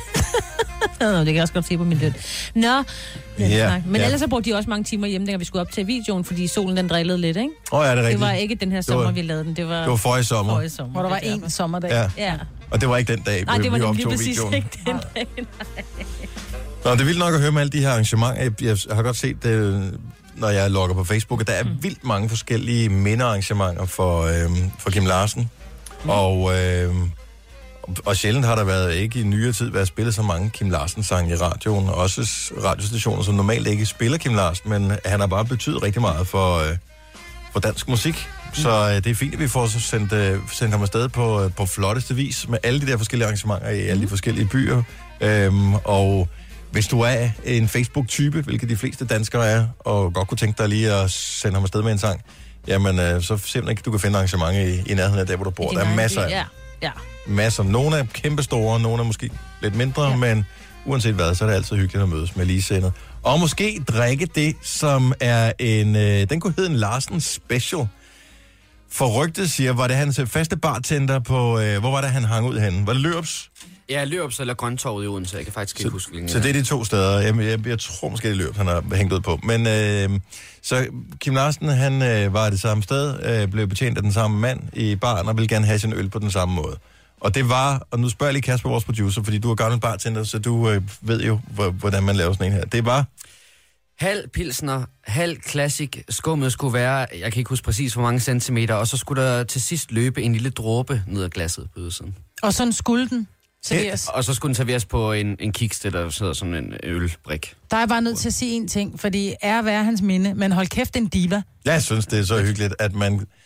Det kan jeg også godt se på min løn. Nå, men ellers så brugte de også mange timer hjemme, da vi skulle op til videoen, fordi solen den drillede lidt, ikke? Ja, det er rigtigt. Det var ikke den her sommer, vi lavede den. Det var forrige sommer. Hvor der var en sommerdag. Ja. Og det var ikke den dag, nej, det var vi lige optog præcis videoen. ikke den dag, Nå, det er vildt nok at høre med alle de her arrangementer. Jeg har godt set det, når jeg logger på Facebook, at der er vildt mange forskellige mindearrangementer for Kim Larsen. Og sjældent har der været ikke i nyere tid været spillet så mange Kim Larsen-sange i radioen. Også radiostationer, som normalt ikke spiller Kim Larsen, men han har bare betydet rigtig meget for dansk musik. Så det er fint, at vi får så sendt ham afsted på flotteste vis med alle de der forskellige arrangementer i alle de forskellige byer. Og hvis du er en Facebook-type, hvilket de fleste danskere er, og godt kunne tænke dig lige at sende ham afsted med en sang, jamen så simpelthen ikke, du kan finde arrangementer i nærheden af der, hvor du bor. Der er masser af. Ja. Masser. Nogle er kæmpe store, nogle er måske lidt mindre, men uanset hvad, så er det altid hyggeligt at mødes med ligesindet. Og måske drikke det, som er den kunne hedde en Larsen Special. For rygtet siger, var det hans faste bartender på, hvor var det, han hang ud henne? Var det Lørups? Ja, Lørups eller Grøntorvet i Odense, jeg kan faktisk ikke huske, hvilken. Så det er de to steder. Jeg tror måske, det er Lørups, han har hængt ud på. Men så Kim Larsen, han var det samme sted, blev betjent af den samme mand i baren, og ville gerne have sin øl på den samme måde. Og det var, og nu spørger jeg lige Kasper, vores producer, fordi du er gammel bartender, så du ved jo, hvordan man laver sådan en her. Det var... Halv pilsner, halv classic. Skummet skulle være, jeg kan ikke huske præcis hvor mange centimeter, og så skulle der til sidst løbe en lille dråbe ned ad glasset på ydersiden. Og sådan skulle den serveres. Og så skulle den serveres på en kiksted, der sidder sådan en ølbrik. Der er bare nødt til at sige en ting, fordi være hans minde, men hold kæft, en diva. Jeg synes, det er så hyggeligt, at man...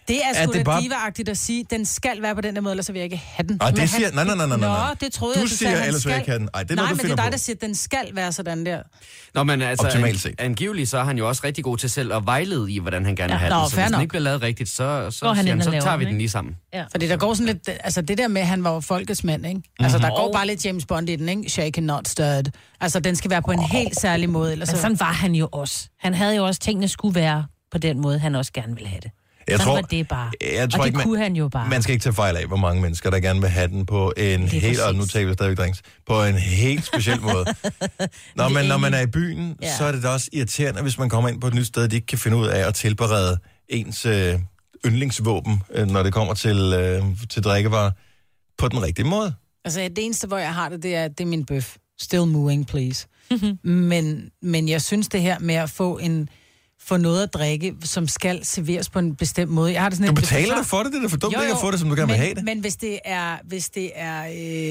Det er sgu da diva-agtigt at sige, den skal være på den der måde, ellers så vil jeg ikke have den. Nej, det siger... Nej. Nå, det troede jeg, du siger, ellers vil jeg ikke have den. Ej, det er nej, noget, men det er dig, der siger, at den skal være sådan der. Nå, men altså, optimalt set. Angiveligt så er han jo også rigtig god til selv at vejlede i, hvordan han gerne vil have den. Så hvis den ikke bliver lavet rigtigt, så tager vi den lige sammen. Ja. Fordi der går sådan lidt... Altså det der med, at han var folkets mand, ikke? Altså der går bare lidt James Bond i den, ikke? Shaken, not stirred. Altså den skal være på en helt særlig måde. Ellers men sådan var han jo også. Han havde jo også tingene skulle være på den måde, han også gerne ville have det. Jeg tror, var det bare. Jeg tror og det ikke, kunne han jo bare. Man skal ikke tage fejl af, hvor mange mennesker, der gerne vil have den på en helt, og nu taler vi stadigvæk drinks, på en helt speciel måde. Når man er i byen, så er det da også irriterende, hvis man kommer ind på et nyt sted, de ikke kan finde ud af at tilberede ens yndlingsvåben, når det kommer til drikkevarer, på den rigtige måde. Altså det eneste, hvor jeg har det, det er min bøf. Still moving, please. Men jeg synes det her med at få noget at drikke, som skal serveres på en bestemt måde. Jeg har det sådan, du betaler dig for det, det er da for dumt ikke at få det, som du gerne vil have det. Men hvis det er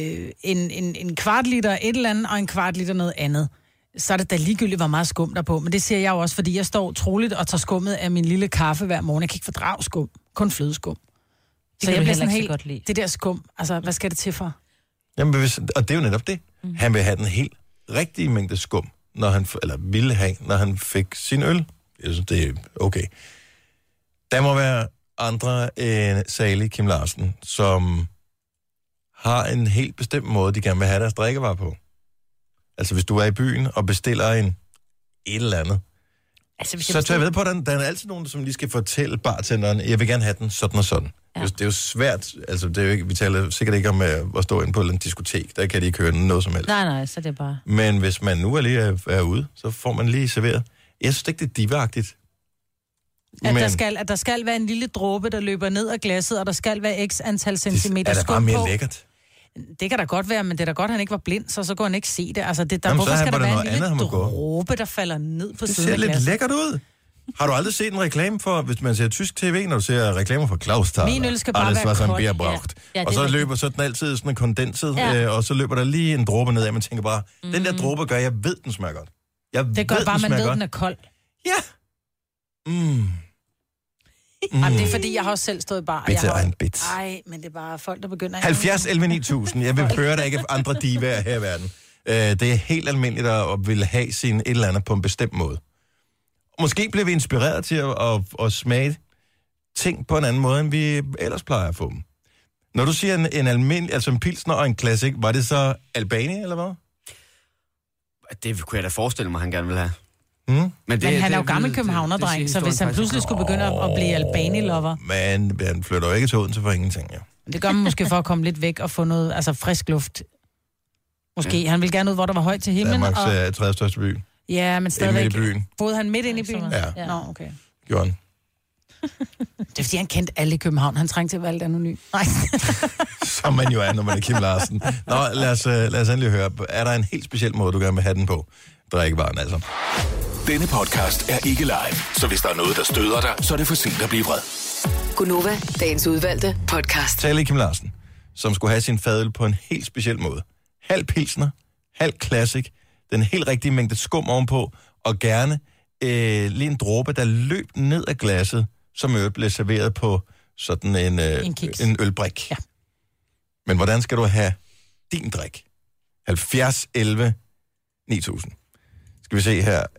en kvart liter et eller andet, og en kvart liter noget andet, så er det da ligegyldigt, hvor meget skum der på. Men det siger jeg jo også, fordi jeg står troligt og tager skummet af min lille kaffe hver morgen. Jeg kan ikke fordrage skum, kun flødeskum. Så jeg bliver sådan helt, godt lide. Det der skum, altså hvad skal det til for? Jamen, og det er jo netop det. Han vil have den helt rigtige mængde skum, ville have, når han fik sin øl. Jeg synes, det er okay. Der må være andre end Sally Kim Larsen, som har en helt bestemt måde, de gerne vil have deres drikkevarer på. Altså, hvis du er i byen og bestiller et eller andet, så tager jeg ved på, at der er altid nogen, som lige skal fortælle bartenderen, jeg vil gerne have den sådan og sådan. Ja. Det er jo svært, altså det er jo ikke, vi taler sikkert ikke om at stå inde på en diskotek, der kan de ikke høre noget som helst. Nej, så det er bare... Men hvis man nu lige er ude, så får man lige serveret. Jeg synes ikke, det er diva-agtigt. At der skal være en lille dråbe, der løber ned af glasset, og der skal være x antal centimeter skum på. Er det bare mere lækkert? Det kan da godt være, men det er da godt, at han ikke var blind, så går han ikke se det. Altså, hvorfor skal der være en lille dråbe, der falder ned på siden af glasset? Det ser lidt lækkert ud. Har du aldrig set en reklame for, hvis man ser tysk tv, når du ser reklamer for Klausthaler? Min øl skal bare være kold. Ja, og så løber så den altid sådan kondenset, og så løber der lige en dråbe ned, og man tænker bare, den der dråbe gør, jeg ved, den smager godt. Det gør bare, man ved, den er kold. Ja. Jamen, det er fordi, jeg har også selv stået i bar. Bitte en bit. Nej, men det er bare folk, der begynder... 70 11 9000. Jeg vil høre, der ikke er andre divaer her i verden. Det er helt almindeligt at ville have sin et eller andet på en bestemt måde. Måske bliver vi inspireret til at smage ting på en anden måde, end vi ellers plejer at få dem. Når du siger en almindelig, altså en pilsner og en classic, var det så Albani, eller hvad? Det kunne jeg da forestille mig, han gerne vil have. Men han er jo gammel københavnerdreng, så hvis han pludselig skulle begynde at blive Albani-lover... Men han flytter jo ikke til Odense for ingenting, ja. Det gør man måske for at komme lidt væk og få noget, altså frisk luft. Måske. Han ville gerne ud, hvor der var højt til himlen. Danmarks tredje største by. Ja, men stadigvæk... Midt i byen. Boede han midt inde i byen? Ja. Nå, okay. Gjorde han. Det er fordi, han kendte alle i København. Han trængte til at være alt anonym. Nej. Som man jo er, når man er Kim Larsen. Nå, lad os endelig høre. Er der en helt speciel måde, du gerne vil have den på? Drikkevaren, altså. Denne podcast er ikke live, så hvis der er noget, der støder dig, så er det for sent at blive vred. Gunova, dagens udvalgte podcast. Sally Kim Larsen, som skulle have sin fadøl på en helt speciel måde. Halv pilsner, halv classic, den helt rigtige mængde skum ovenpå, og gerne lige en dråbe, der løb ned af glasset, som øvrigt blev serveret på sådan en ølbrik. Ja. Men hvordan skal du have din drik? 70 11 9000. Skal vi se her.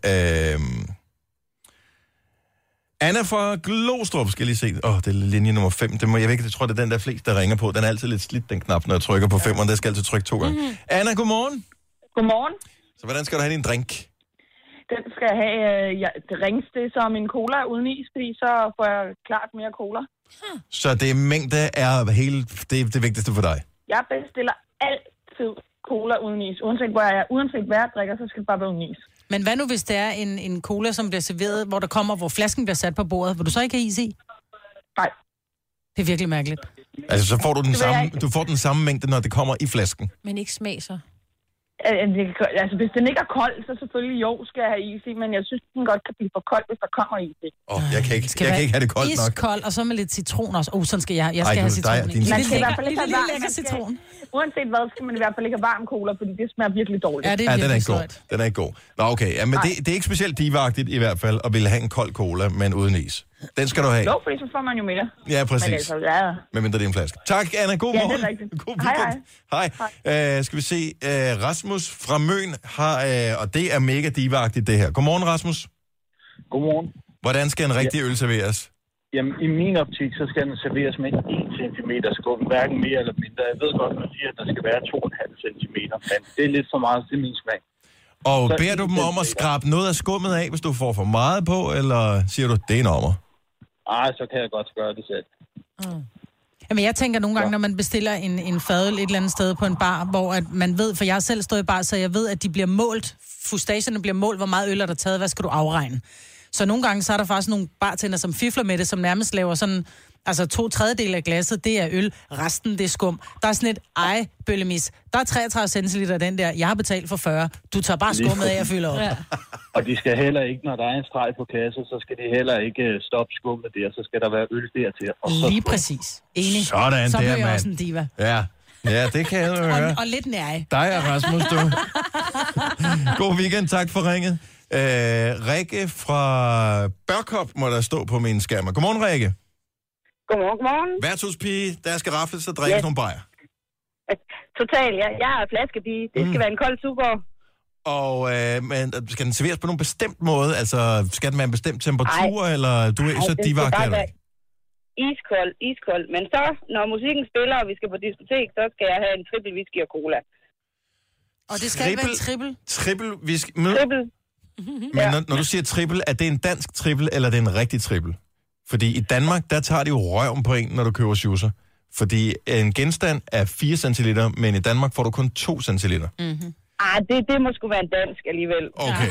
Anna fra Glostrup skal lige se. Det er linje nummer 5. Jeg tror, det er den, der flest, der ringer på. Den er altid lidt slidt, den knap, når jeg trykker på 5'eren. Der skal altid trykke 2 gange. Anna, godmorgen. Godmorgen. Så hvordan skal du have din drink? Den skal have drinks, det er som en cola uden is, fordi så får jeg klart mere cola. Så det mængde er det vigtigste for dig? Jeg bestiller altid cola uden is. Uanset hvor jeg er, uanset hvad jeg drikker, så skal det bare være uden is. Men hvad nu, hvis det er en cola, som bliver serveret, hvor flasken bliver sat på bordet? Vil du så ikke have is i? Nej. Det er virkelig mærkeligt. Altså, så får du får den samme mængde, når det kommer i flasken? Men ikke smag så? Altså, hvis den ikke er kold, så selvfølgelig skal jeg have is i, men jeg synes, den godt kan blive for kold, hvis der kommer is i. Jeg kan ikke have det koldt nok. Iskold, og så med lidt citron også. Sådan skal jeg skal have citron i. Man skal i hvert fald ikke have varm citron. Uanset hvad, skal man i hvert fald ikke have varm cola, fordi det smager virkelig dårligt. Ja, det er virkelig god. Den er ikke god. Nå, okay. Ja, men det er ikke specielt divagtigt i hvert fald, at ville have en kold cola, men uden is. Den skal du have. Jo, fordi så får man jo mere. Ja, præcis. Men altså, ja. Medmindre det er en flaske. Tak, Anna. God morgen. Ja, det er rigtigt. God weekend. Hej. Skal vi se. Rasmus fra Møn har, og det er mega divagtigt det her. Godmorgen, Rasmus. Godmorgen. Hvordan skal en rigtig øl serveres? Jamen, i min optik, så skal den serveres med 1 centimeter skum, hverken mere eller mindre. Jeg ved godt, man siger, at der skal være 2,5 centimeter, men det er lidt for meget til min smag. Og så beder du dem om at skrabe noget af skummet af, hvis du får for meget på, eller siger du, det er en ommer? Så kan jeg godt gøre det selv. Jamen, jeg tænker nogle gange, når man bestiller en fadøl et eller andet sted på en bar, hvor at man ved, for jeg har selv stået i bar, så jeg ved, at de bliver målt, fustagerne bliver målt, hvor meget øl er der taget, hvad skal du afregne? Så nogle gange, så er der faktisk nogle bartender, som fifler med det, som nærmest laver sådan, altså 2/3 af glasset, det er øl, resten det er skum. Der er sådan et bøllemis. Der er 33 centiliter den der, jeg har betalt for 40. Du tager bare skummet af og fylder op. Ja. Og de skal heller ikke, når der er en streg på kasse, så skal de heller ikke stoppe skummet der, så skal der være øl dertil. Lige præcis. Enig. Sådan så der, bliver jeg mand. også en diva. Ja, det kan jeg jo høre. Og lidt nære. Dig og Rasmus, du. God weekend, tak for ringet. Rikke fra Børkop må der stå på min skærm. Godmorgen, Rikke. Godmorgen. Værtshusπige, der skal rafles og drikkes nogle bajer. Totalt, ja. Jeg er flaskepige. Det skal være en kold super. Og men skal den serveres på nogen bestemt måde? Altså, skal den være en bestemt temperatur, eller du er så divagtig eller ikke? Iskold. Men så, når musikken spiller, og vi skal på diskotek, så skal jeg have en triple whisky og cola. Og det skal ikke være en triple? Triple whisky? Triple. Men når du siger triple, er det en dansk triple, eller er det en rigtig triple? Fordi i Danmark, der tager de jo røven på en, når du køber schusser. Fordi en genstand er 4 centiliter, men i Danmark får du kun 2 centiliter. Mm-hmm. Det må sgu være en dansk alligevel. Okay.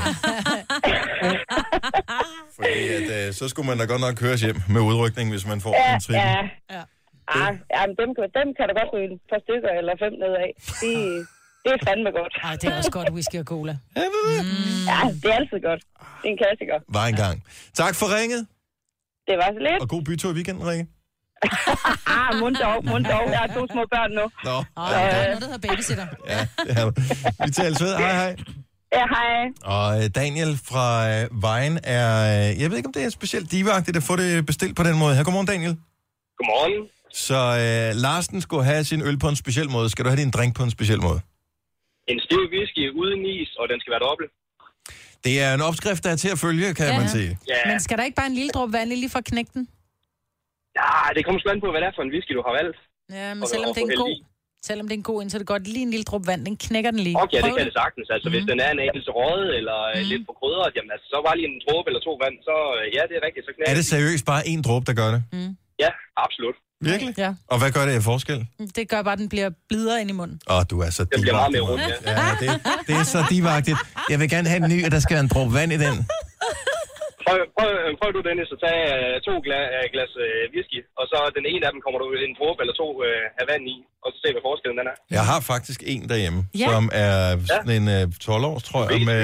Fordi så skulle man da godt nok køres hjem med udrykning, hvis man får en triple. Ja, dem kan der godt ryge et par stykker eller 5 nedad. Det er fandme godt. Det er også godt whisky og cola. Ja, det er altid godt. Det er en klassiker. Var engang. Tak for ringet. Det var så lidt. Og god bytur i weekenden, Rikke. Mund dog. Jeg har 2 små børn nu. Nå. Der er noget, der hedder babysitter. Ja, det er vi tales ved. Hej. Ja, hej. Og Daniel fra Vejen er... Jeg ved ikke, om det er specielt divagtigt at få det bestilt på den måde her. Godmorgen, Daniel. Godmorgen. Så Larsen skulle have sin øl på en speciel måde. Skal du have din drink på en speciel måde? En stiv whisky uden is, og den skal være dobbelt. Det er en opskrift, der er til at følge, kan man sige. Ja. Men skal der ikke bare en lille dråbe vand lige for at knække den? Ja, det kommer sgu an på, hvad det er for en whisky, du har valgt. Ja, men selvom det er en god ind, så er det godt lige en lille dråbe vand. Den knækker den lige. Okay, det kan det sagtens. Altså, hvis den er en anelse røget eller lidt for krydret, jamen altså, så bare lige en dråbe eller 2 vand, så ja, det er rigtigt, så knækker. Er det seriøst bare en dråbe, der gør det? Ja, absolut. Virkelig? Ja. Og hvad gør det i forskel? Det gør bare, at den bliver blidere ind i munden. Du er så divagtig. Det bliver meget mere rundt, ja. Det er så divagtigt. Jeg vil gerne have en ny, og der skal være en dråbe vand i den. Prøv du, Dennis, at tage 2 glas whisky, og så den ene af dem kommer du en dråbe eller 2 af vand i, og så ser hvad forskellen den er. Jeg har faktisk en derhjemme, som er sådan en 12 års, tror jeg, med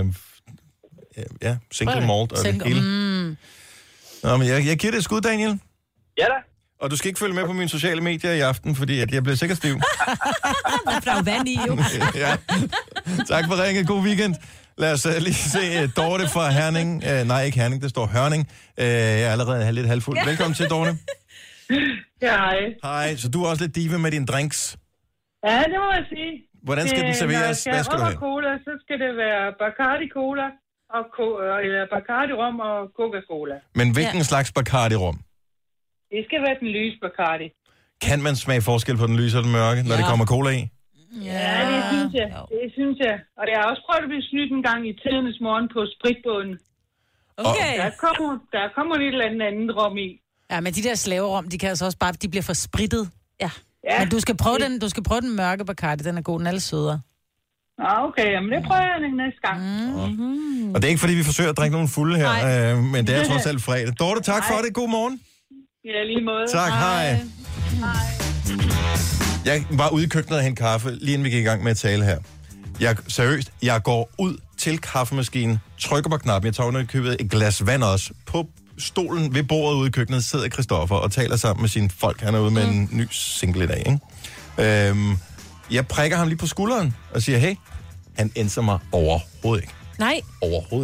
single malt og det hele. Nå, men jeg giver det et skud, Daniel. Ja da. Og du skal ikke følge med på mine sociale medier i aften, fordi at jeg bliver sikkert stiv. Der er jo vand i, jo. Ja. Tak for ringet. God weekend. Lad os lige se Dorte fra Herning. Nej, ikke Herning, det står Hørning. Jeg er allerede lidt halvfuld. Velkommen til, Dorte. Ja, hej. Hej, så du er også lidt diva med dine drinks. Ja, det må jeg sige. Hvordan skal den serveres? Hvad skal du have? Cola, så skal det være Bacardi Cola, eller Bacardi Rom og Coca-Cola. Men hvilken slags Bacardi Rom? Det skal være den lyse Bacardi. Kan man smage forskel på den lyse og den mørke, når det kommer cola i? Ja, det synes jeg. Det synes jeg. Og jeg har også prøvet at blive snydt en gang i tidernes morgen på spritbåden. Okay. Der kommer et eller andet rom i. Ja, men de der slaverom, de kan altså også bare, de bliver for sprittet. Ja. Men du skal prøve den mørke Bacardi, den er god, den er alle sødere. Okay, jamen det prøver jeg næste gang. Og det er ikke fordi, vi forsøger at drikke nogle fulde her, men det er trods alt fredag. Dorte, tak for det. God morgen. Ja, lige måde. Tak, hej. Jeg var ude i køkkenet og hente kaffe, lige inden vi gik i gang med at tale her. Jeg går ud til kaffemaskinen, trykker på knappen, jeg tager under købet et glas vand også. På stolen ved bordet ude i køkkenet sidder Christoffer og taler sammen med sine folk. Han er ude med en ny single i dag, ikke? Jeg prikker ham lige på skulderen og siger, hey, han ændrer mig overhovedet ikke. Nej. Overhovedet ikke.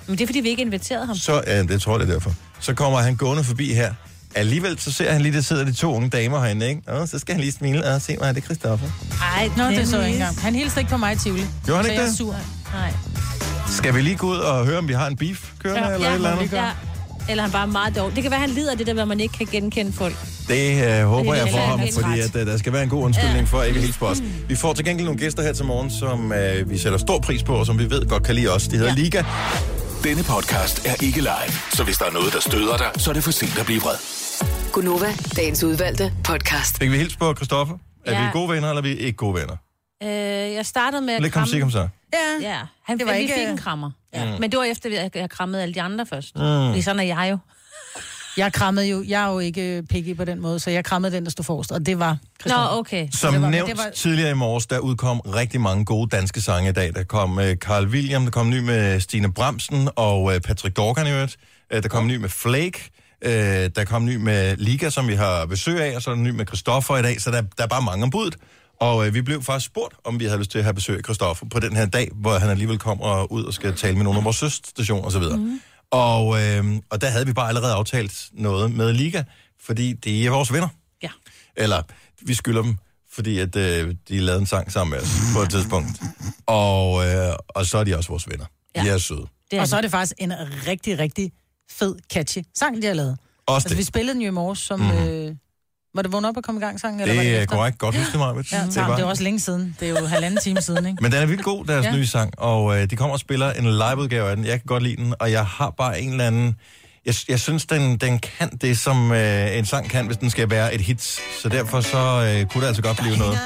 Men det er, fordi vi ikke inviterede ham. Så, det tror jeg, det er derfor. Så kommer han gående forbi her. Alligevel så ser han lige, der sidder de 2 unge damer herinde, ikke? Og så skal han lige smile og se mig, det er Christoffer. Ej, det så jeg ikke engang. Han hilste ikke på mig i Tivoli. Gjorde han ikke det? Så jeg er sur. Nej. Skal vi lige gå ud og høre, om vi har en beef kørende eller et eller andet? Ja. Eller han bare meget dårlig. Det kan være, han lider af det der, hvor man ikke kan genkende folk. Det håber jeg for ham, fordi at, der skal være en god undskyldning for ikke at hilse på os. Vi får til gengæld nogle gæster her til morgen, som vi sætter stor pris på, og som vi ved godt kan lide os. De hedder Liga. Denne podcast er ikke live, så hvis der er noget, der støder dig, så er det for sent at blive vred. Gunova, dagens udvalgte podcast. Fik vi hilse på Christoffer? Er vi gode venner, eller er vi ikke gode venner? Jeg startede med at lidt kramme... Lidt så. Ja. Det var ikke... Vi fik en krammer. Ja. Men det var efter, at jeg krammede alle de andre først. Fordi sådan er jeg jo. Jeg er jo ikke picky på den måde, så jeg krammede den, der stod forrest, og det var Christoffer. Nå, okay. Som nævnt tidligere i morges, der udkom rigtig mange gode danske sange i dag. Der kom Carl William, der kom ny med Stine Bramsen og Patrick Dorgan i øvrigt. Der kom ny med Flake. Der kom ny med Liga, som vi har besøg af, og så er der ny med Christoffer i dag, så der er bare mange om budet. Og vi blev faktisk spurgt, om vi havde lyst til at have besøg af Christoffer på den her dag, hvor han alligevel kommer ud og skal tale med nogle af vores søsterstationer osv. Og der havde vi bare allerede aftalt noget med Liga, fordi det er vores venner. Ja. Eller vi skylder dem, fordi at, de lavede en sang sammen med os på et tidspunkt. Og så er de også vores venner. Ja. De er søde. Og så er det faktisk en rigtig, rigtig fed, catchy sang, de har lavet. Altså, vi spillede den jo i morges, som... Var det vågnet op og komme i gang sangen? Eller det var er korrekt. Godt huske mig. Ja, det er også længe siden. Det er jo 1,5 time siden, ikke? Men den er virkelig god, deres nye sang. Og de kommer og spiller en liveudgave af den. Jeg kan godt lide den, og jeg har bare en eller anden... Jeg synes, den kan det, som en sang kan, hvis den skal være et hit. Så derfor så kunne det altså godt blive noget.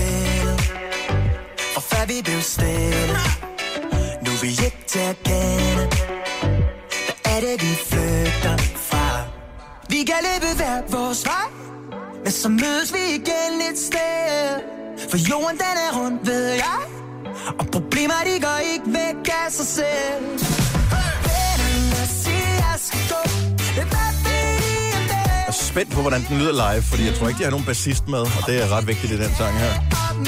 Og før vi blev stille, nu er vi ikke til at kende. Hvad er det, vi flygter fra? Vi kan løbe hver vores vej, men så mødes vi igen et sted. For jorden den er rundt, ved jeg. Og problemer de går ikke væk af sig selv. Vennerne siger jeg skal gå. Jeg er spændt på, hvordan den lyder live, fordi jeg tror ikke, de har nogen bassist med. Og det er ret vigtigt i den sang her.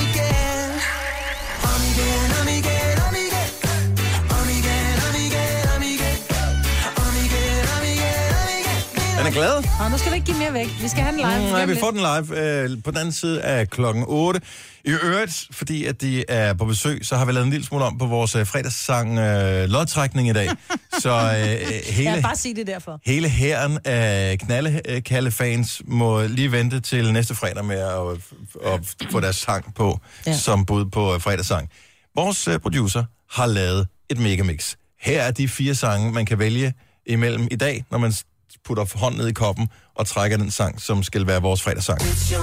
Den er glad. Nu skal vi ikke give mere væk. Vi skal have den live. Nej, vi får den live på den anden side af klokken 8. I øvrigt, fordi at de er på besøg, så har vi lavet en lille smule om på vores fredagssang lodtrækning i dag. Så hele, bare sige det derfor. Hele hæren af knaldekaldefans må lige vente til næste fredag med at få deres sang på, som bud på fredagssang. Vores producer har lavet et megamix. Her er de 4 sange, man kan vælge imellem i dag, når man putter hånden ned i koppen og trækker den sang, som skal være vores fredagssang.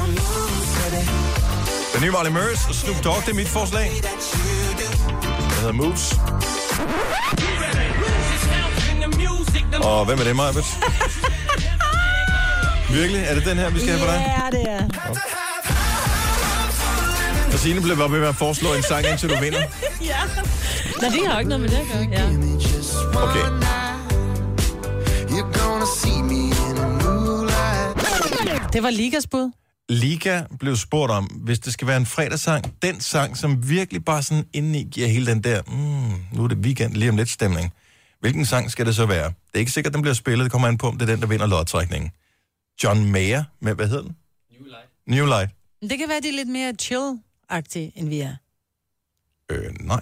Den nye Molly Murs og Snoop Dogg, det er mit forslag. Det hedder Moves. Og hvem er det, Majbet? Virkelig? Er det den her, vi skal have for dig? Ja, det er. Okay. Og Signe blev bare ved med at foreslå en sang, indtil du vinder. Ja. Nej, det har jo ikke noget med det at gøre. Ja. Okay. Det var Ligas bud. Liga blev spurgt om, hvis det skal være en fredagssang, den sang, som virkelig bare sådan indeni giver hele den der, nu er det weekend, lige om lidt stemning. Hvilken sang skal det så være? Det er ikke sikkert, den bliver spillet. Det kommer an på, om det er den, der vinder lodtrækningen. John Mayer med, hvad hedder den? New Light. Det kan være, de er lidt mere chill-agtige, end vi er. Nej.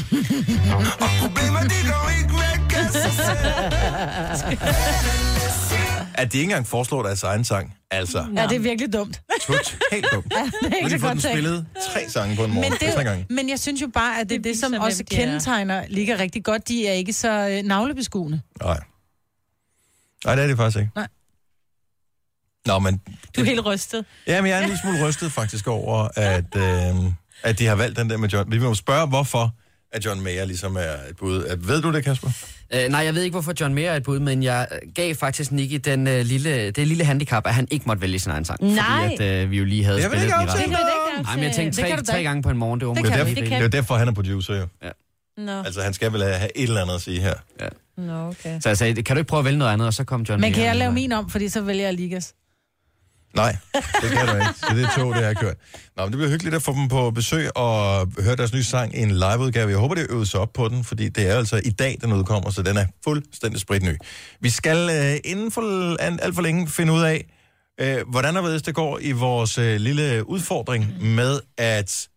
At de ikke engang foreslår deres egen sang. Altså. Ja, det er virkelig dumt. Totalt dumt. Ja, det er ikke så godt den spillet 3 sange på en morgen. Men jeg synes jo bare, at det som også kendetegner ligger rigtig godt. De er ikke så navlebeskuende. Nej, det er det faktisk ikke. Nej. Nå, men... Du er helt rystet. Ja, men jeg er en lille smule rystet faktisk over, at de har valgt den der med John. Vi må spørge, hvorfor at John Mayer ligesom er et bud. Ved du det, Kasper? Nej, jeg ved ikke, hvorfor John Mayer er et bud, men jeg gav faktisk Nicky det lille handicap, at han ikke måtte vælge sin egen sang. Nej. Fordi at vi jo lige havde spillet den i retten. Nej, men jeg tænkte 3 gange på en morgen, det var det er jo derfor, han er producer, jo. Ja. No. Altså, han skal vel have et eller andet at sige her. Ja. No, okay. Så jeg sagde, kan du ikke prøve at vælge noget andet, og så kom John Mayer. Men kan jeg lave min om, fordi så vælger jeg Ligas? Nej, det kan du ikke. Så det er 2, det jeg har kørt. Nå, men det bliver hyggeligt at få dem på besøg og høre deres nye sang i en liveudgave. Jeg håber, det øves op på den, fordi det er altså i dag, den udkommer, så den er fuldstændig spritny. Vi skal inden for alt for længe finde ud af, hvordan det går i vores lille udfordring med at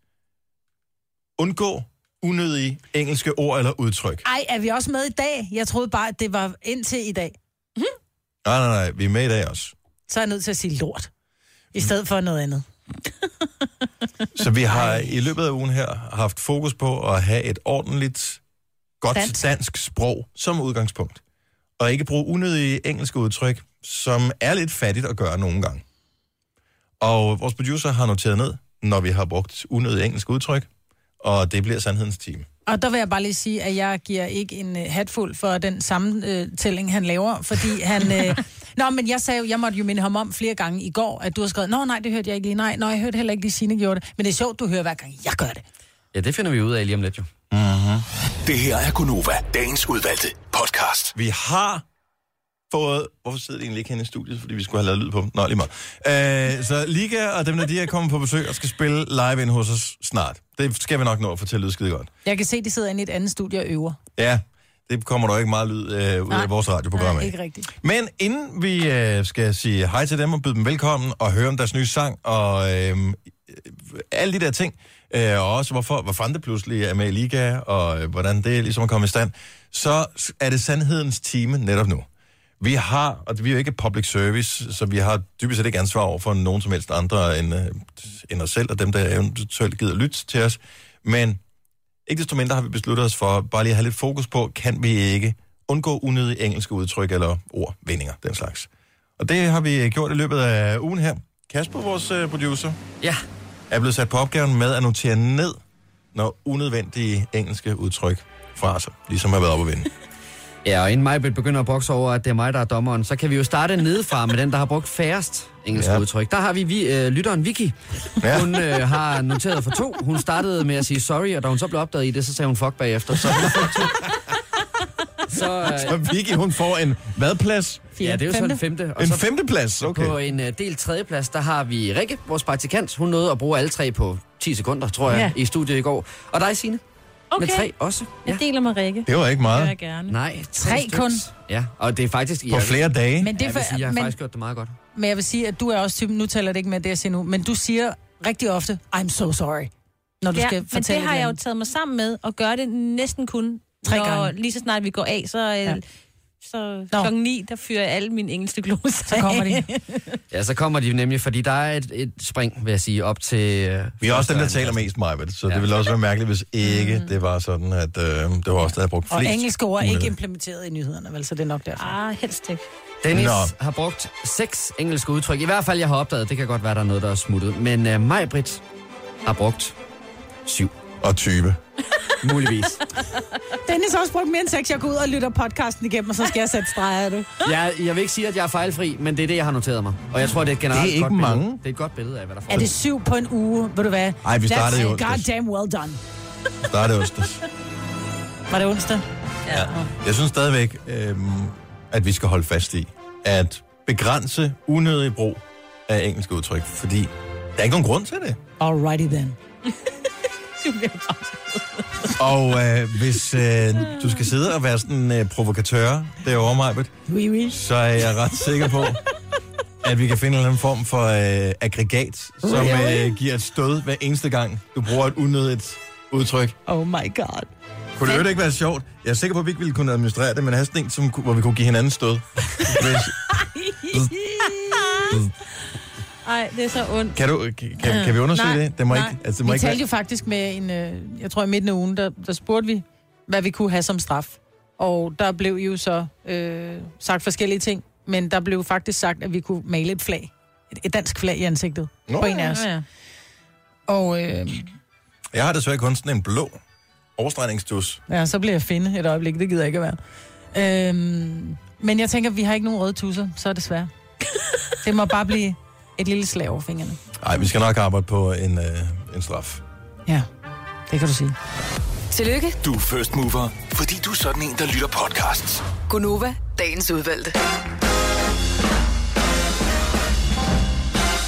undgå unødige engelske ord eller udtryk. Ej, er vi også med i dag? Jeg troede bare, at det var indtil i dag. Nej, vi er med i dag også. Så er jeg nødt til at sige lort, i stedet for noget andet. Så vi har i løbet af ugen her haft fokus på at have et ordentligt, godt dansk sprog som udgangspunkt. Og ikke bruge unødige engelske udtryk, som er lidt fattigt at gøre nogle gange. Og vores producer har noteret ned, når vi har brugt unødige engelske udtryk, og det bliver sandhedens time. Og der vil jeg bare lige sige, at jeg giver ikke en hatfuld for den sammentælling, han laver, fordi han... Nå, men jeg måtte jo minde ham om flere gange i går, at du har skrevet, nej, det hørte jeg ikke lige, nej, jeg hørte heller ikke lige, Signe gjorde det. Men det er sjovt, du hører hver gang, jeg gør det. Ja, det finder vi ud af lige om lidt jo. Mm-hmm. Det her er Gonova, dagens udvalgte podcast. Vi har fået... Hvorfor sidder de egentlig ikke henne i studiet? Fordi vi skulle have lavet lyd på dem. Nå, lige meget. Så Liga og dem, der de er kommet på besøg og skal spille live ind hos os snart. Det skal vi nok nå at fortælle ud skide godt. Jeg kan se, at de sidder inde i et andet studie og øver. Ja, det kommer der ikke meget lyd ud af vores radioprogram. Nej, ikke rigtigt. Men inden vi skal sige hej til dem og byde dem velkommen og høre om deres nye sang og alle de der ting, og også hvor fanden det pludselig er med i Liga, og hvordan det ligesom er kommet i stand, så er det sandhedens time netop nu. Vi har, og vi er jo ikke public service, så vi har dybest set ikke ansvar over for nogen som helst andre end os selv, og dem, der eventuelt gider lytte til os. Men ikke desto mindre har vi besluttet os for bare lige at have lidt fokus på, kan vi ikke undgå unødige engelske udtryk eller ord, vendinger, den slags. Og det har vi gjort i løbet af ugen her. Kasper, vores producer, er blevet sat på opgaven med at notere ned, når unødvendige engelske udtryk fra sig, ligesom har været op at vinde. Ja, og inden mig begynder at bokse over, at det er mig, der er dommeren, så kan vi jo starte nedefra med den, der har brugt færrest engelske udtryk. Der har vi lytteren Vicky. Hun har noteret for 2. Hun startede med at sige sorry, og da hun så blev opdaget i det, så sagde hun fuck bagefter. Så hun fik 2. Så Vicky, hun får en hvad-plads? Ja, det er jo så en 5. En 5. plads, okay. På en del 3. plads, der har vi Rikke, vores praktikant. Hun nåede at bruge alle 3 på 10 sekunder, tror jeg, i studiet i går. Og dig, Signe? Okay. Med 3 også. Jeg deler med Rikke. Det var ikke meget. Det gør jeg gerne. Nej, 3 kun. Ja, og det er faktisk... På flere dage. Men det er jeg har faktisk gjort det meget godt. Men jeg vil sige, at du er også typen, nu taler det ikke med det, jeg siger nu, men du siger rigtig ofte, I'm so sorry, når du skal fortælle men det har jeg jo taget mig sammen med, og gøre det næsten kun 3 gange. Lige så snart vi går af, så klokken 9, der fyrer alle mine engelske gloser. Så kommer de. Ja, så kommer de nemlig, fordi der er et spring, vil jeg sige, op til... vi er også dem, der taler mest meget, så det ville også være mærkeligt, hvis ikke det var sådan, at det var også der, jeg brugt flest. Og engelske ord er ikke implementeret i nyhederne, vel, så det er nok derfor. Helst ikke. Dennis har brugt 6 engelske udtryk. I hvert fald, jeg har opdaget, det kan godt være, der er noget, der er smuttet. Men Maj-Brit har brugt 7. Og 20. Muligvis. Dennis har også brugt mere end 6. Jeg går ud og lytter podcasten igennem, og så skal jeg sætte streger af det. Jeg vil ikke sige, at jeg er fejlfri, men det er det, jeg har noteret mig. Og jeg tror, det er generelt det er ikke mange. Billede. Det er et godt billede af, hvad der får. Er det 7 på en uge? Ved du hvad? Ej, vi startede jo onsdag. Goddamn well done. Vi startede onsdag. Var det onsdag? Ja. Jeg synes stadigvæk, at vi skal holde fast i at begrænse unødig brug af engelske udtryk, fordi der er ikke nogen grund til det. Alrighty then. Og hvis du skal sidde og være sådan en provokatør derovre, Maj-Brit, så er jeg ret sikker på, at vi kan finde en eller anden form for aggregat, som giver et stød hver eneste gang, du bruger et unødigt udtryk. Oh my god. Kunne det jo ikke være sjovt? Jeg er sikker på, at vi ikke ville kunne administrere det, men have sådan en, hvor vi kunne give hinanden stød. Ej, det er så ondt. Kan vi undersøge det? Det må nej. Ikke, altså, det må vi ikke talte jo faktisk med en, jeg tror i midten af ugen, der spurgte vi, hvad vi kunne have som straf. Og der blev jo så sagt forskellige ting, men der blev faktisk sagt, at vi kunne male et flag. Et dansk flag i ansigtet på en af os. Ja. Og jeg har desværre kun sådan en blå overstregningstus. Ja, så bliver jeg finde et øjeblik. Det gider ikke at være. Men jeg tænker, vi har ikke nogen røde tusser, så desværre. Det må bare blive et lille slag over fingrene. Nej, vi skal nok arbejde på en straf. Ja, det kan du sige. Tillykke. Du er first mover, fordi du er sådan en, der lytter podcasts. Gonova, dagens udvalgte.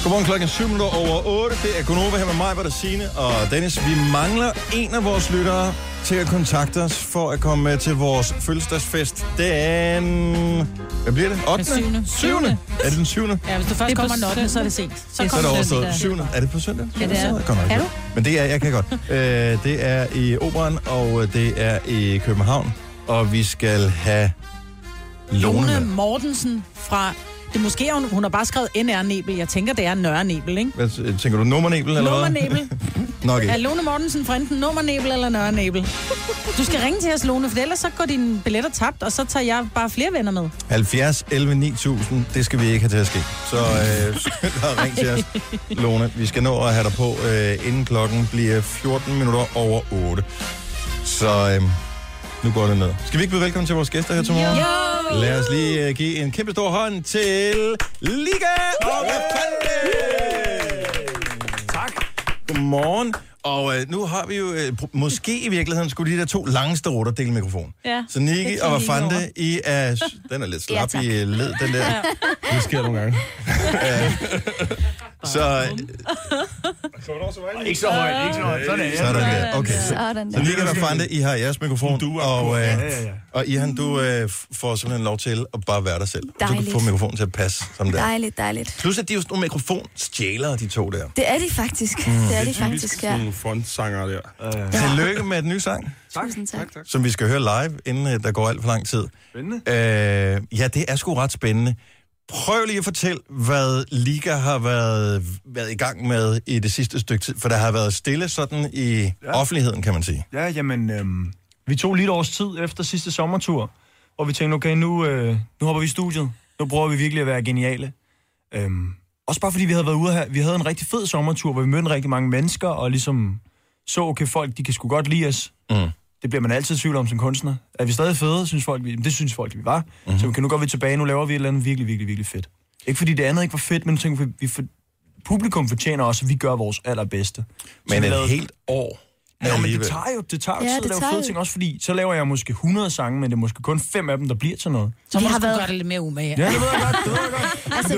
Godmorgen, klokken 7:07. Det er Gunova her med mig, der Signe og Dennis. Vi mangler en af vores lyttere til at kontakte os for at komme med til vores fødselsdagsfest. Den... Hvad bliver det? 8. Den 7. Er det den 7? Ja, hvis du først kommer den 8, så er det sent. Så er det overstået. 7. Er det på søndag? Ja, det er. Kan du? Men det er, jeg kan godt. Det er i Operan, og det er i København. Og vi skal have Lone Mortensen fra... Det måske hun har bare skrevet NR-nebel. Jeg tænker, det er Nørre-nebel, ikke? Hvad tænker du? Nummernebel, eller hvad? Nummernebel. Nok ikke. Er Lone Mortensen fra enten Nummernebel eller Nørre-nebel? Du skal ringe til os, Lone, for ellers så går dine billetter tabt, og så tager jeg bare flere venner med. 70 11 9000, det skal vi ikke have til at ske. Så ring til os, Lone. Vi skal nå at have dig på, inden klokken bliver 14 minutter over 8. Så nu går det ned. Skal vi ikke byde velkommen til vores gæster her til morgen? Jo! Lad os lige give en kæmpe stor hånd til Liga og Rafande! Tak. Godmorgen. Og nu har vi jo, måske i virkeligheden, skulle de der to langeste rutter dele mikrofon. Ja. Så Niki og Rafande, I er... Den er lidt slap i led, den der. Ja. Det sker nogle gange. Så... Ikke så højt, ikke så højt. Sådan der. Okay. Så Niki og Rafande, I har jeres mikrofon, og Ihan, du får simpelthen lov til at bare være dig selv. Dejligt. Du kan få mikrofonen til at passe som der. Dejligt. Plus at de er jo sådan nogle mikrofonstjælere, de to der. Det er de faktisk. Det er de faktisk, ja. Nogle frontsanger der. Tillykke med den nye sang. Tusind tak. Som vi skal høre live, inden der går alt for lang tid. Spændende. Ja, det er sgu ret spændende. Prøv lige at fortælle, hvad Liga har været i gang med i det sidste stykke tid, for der har været stille sådan i offentligheden, kan man sige. Ja, jamen, vi tog lige et års tid efter sidste sommertur, og vi tænkte, okay, nu hopper vi i studiet. Nu prøver vi virkelig at være geniale. Også bare fordi vi havde været ude her. Vi havde en rigtig fed sommertur, hvor vi mødte rigtig mange mennesker, og ligesom så, okay, folk, de kan sgu godt lide os. Det bliver man altid i tvivl om som kunstner. Er vi stadig fede, synes folk, det synes folk, vi var. Så nu går vi tilbage, nu laver vi et eller andet virkelig, virkelig, virkelig fedt. Ikke fordi det andet ikke var fedt, men tænker, publikum fortjener også, at vi gør vores allerbedste. Men et helt år. Ja, men det tager jo tid at lave fede ting, også fordi, så laver jeg måske 100 sange, men det er måske kun 5 af dem, der bliver til noget. Så må du gøre det lidt mere umage. Ja, det ved jeg godt. Altså,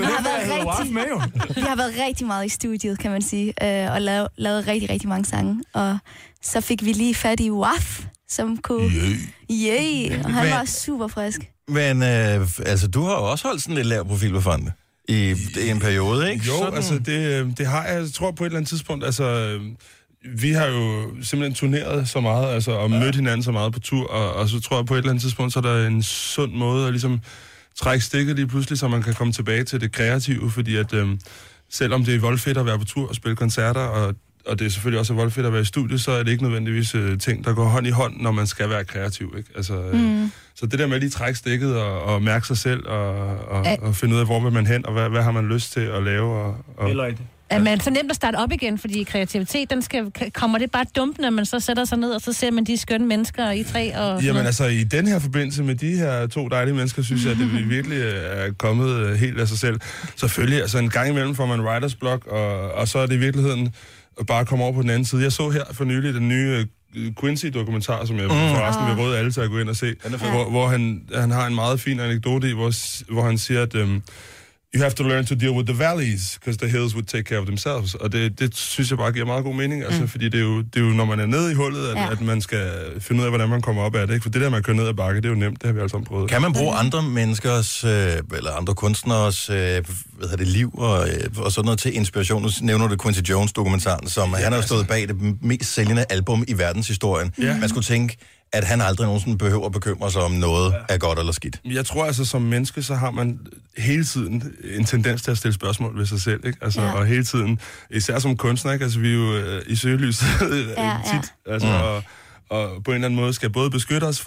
vi har været rigtig meget i studiet, kan man sige, og lavet rigtig, rigtig mange sange. Og så fik vi lige fat i Waf, som kunne... Og han var super frisk. Men altså, du har jo også holdt sådan lidt lav profil på Fante i en periode, ikke? Jo, sådan... altså det har jeg tror på et eller andet tidspunkt. Altså, vi har jo simpelthen turneret så meget, altså, og mødt hinanden så meget på tur, og så tror jeg på et eller andet tidspunkt, så er der en sund måde at ligesom trække stikket lige pludselig, så man kan komme tilbage til det kreative, fordi at selvom det er voldfedt at være på tur og spille koncerter, og det er selvfølgelig også voldfedt at være i studiet, så er det ikke nødvendigvis ting, der går hånd i hånd, når man skal være kreativ, ikke? Altså, så det der med at lige trække stikket og mærke sig selv og finde ud af, hvor vil man hen, og hvad har man lyst til at lave. Er man så nemt at starte op igen, fordi kreativitet, kommer det bare dumt, når man så sætter sig ned, og så ser man de skønne mennesker i træ? Og jamen altså, i den her forbindelse med de her to dejlige mennesker, synes jeg, at det virkelig er kommet helt af sig selv. Selvfølgelig, altså en gang imellem får man writers block, og så er det i virkeligheden bare komme over på den anden side. Jeg så her for nylig den nye Quincy-dokumentar, som jeg forresten vil råde alle til at gå ind og se, hvor han har en meget fin anekdote i, hvor han siger, at you have to learn to deal with the valleys, because the hills would take care of themselves. Og det synes jeg bare giver meget god mening, altså, fordi det er jo, når man er nede i hullet, at man skal finde ud af, hvordan man kommer op af det. Ikke? For det der, man kører ned ad bakke, det er jo nemt, det har vi alle sammen prøvet. Kan man bruge andre menneskers, eller andre kunstners, liv og sådan noget til inspiration? Nu nævner du Quincy Jones-dokumentaren, som han har stået bag det mest sælgende album i verdenshistorien. Man skulle tænke, at han aldrig nogensinde behøver at bekymre sig om noget er godt eller skidt. Jeg tror altså, som menneske, så har man hele tiden en tendens til at stille spørgsmål ved sig selv, ikke? Altså, og hele tiden, især som kunstner, ikke? Altså, vi er jo i søgelyset tit, altså, og på en eller anden måde skal både beskytte os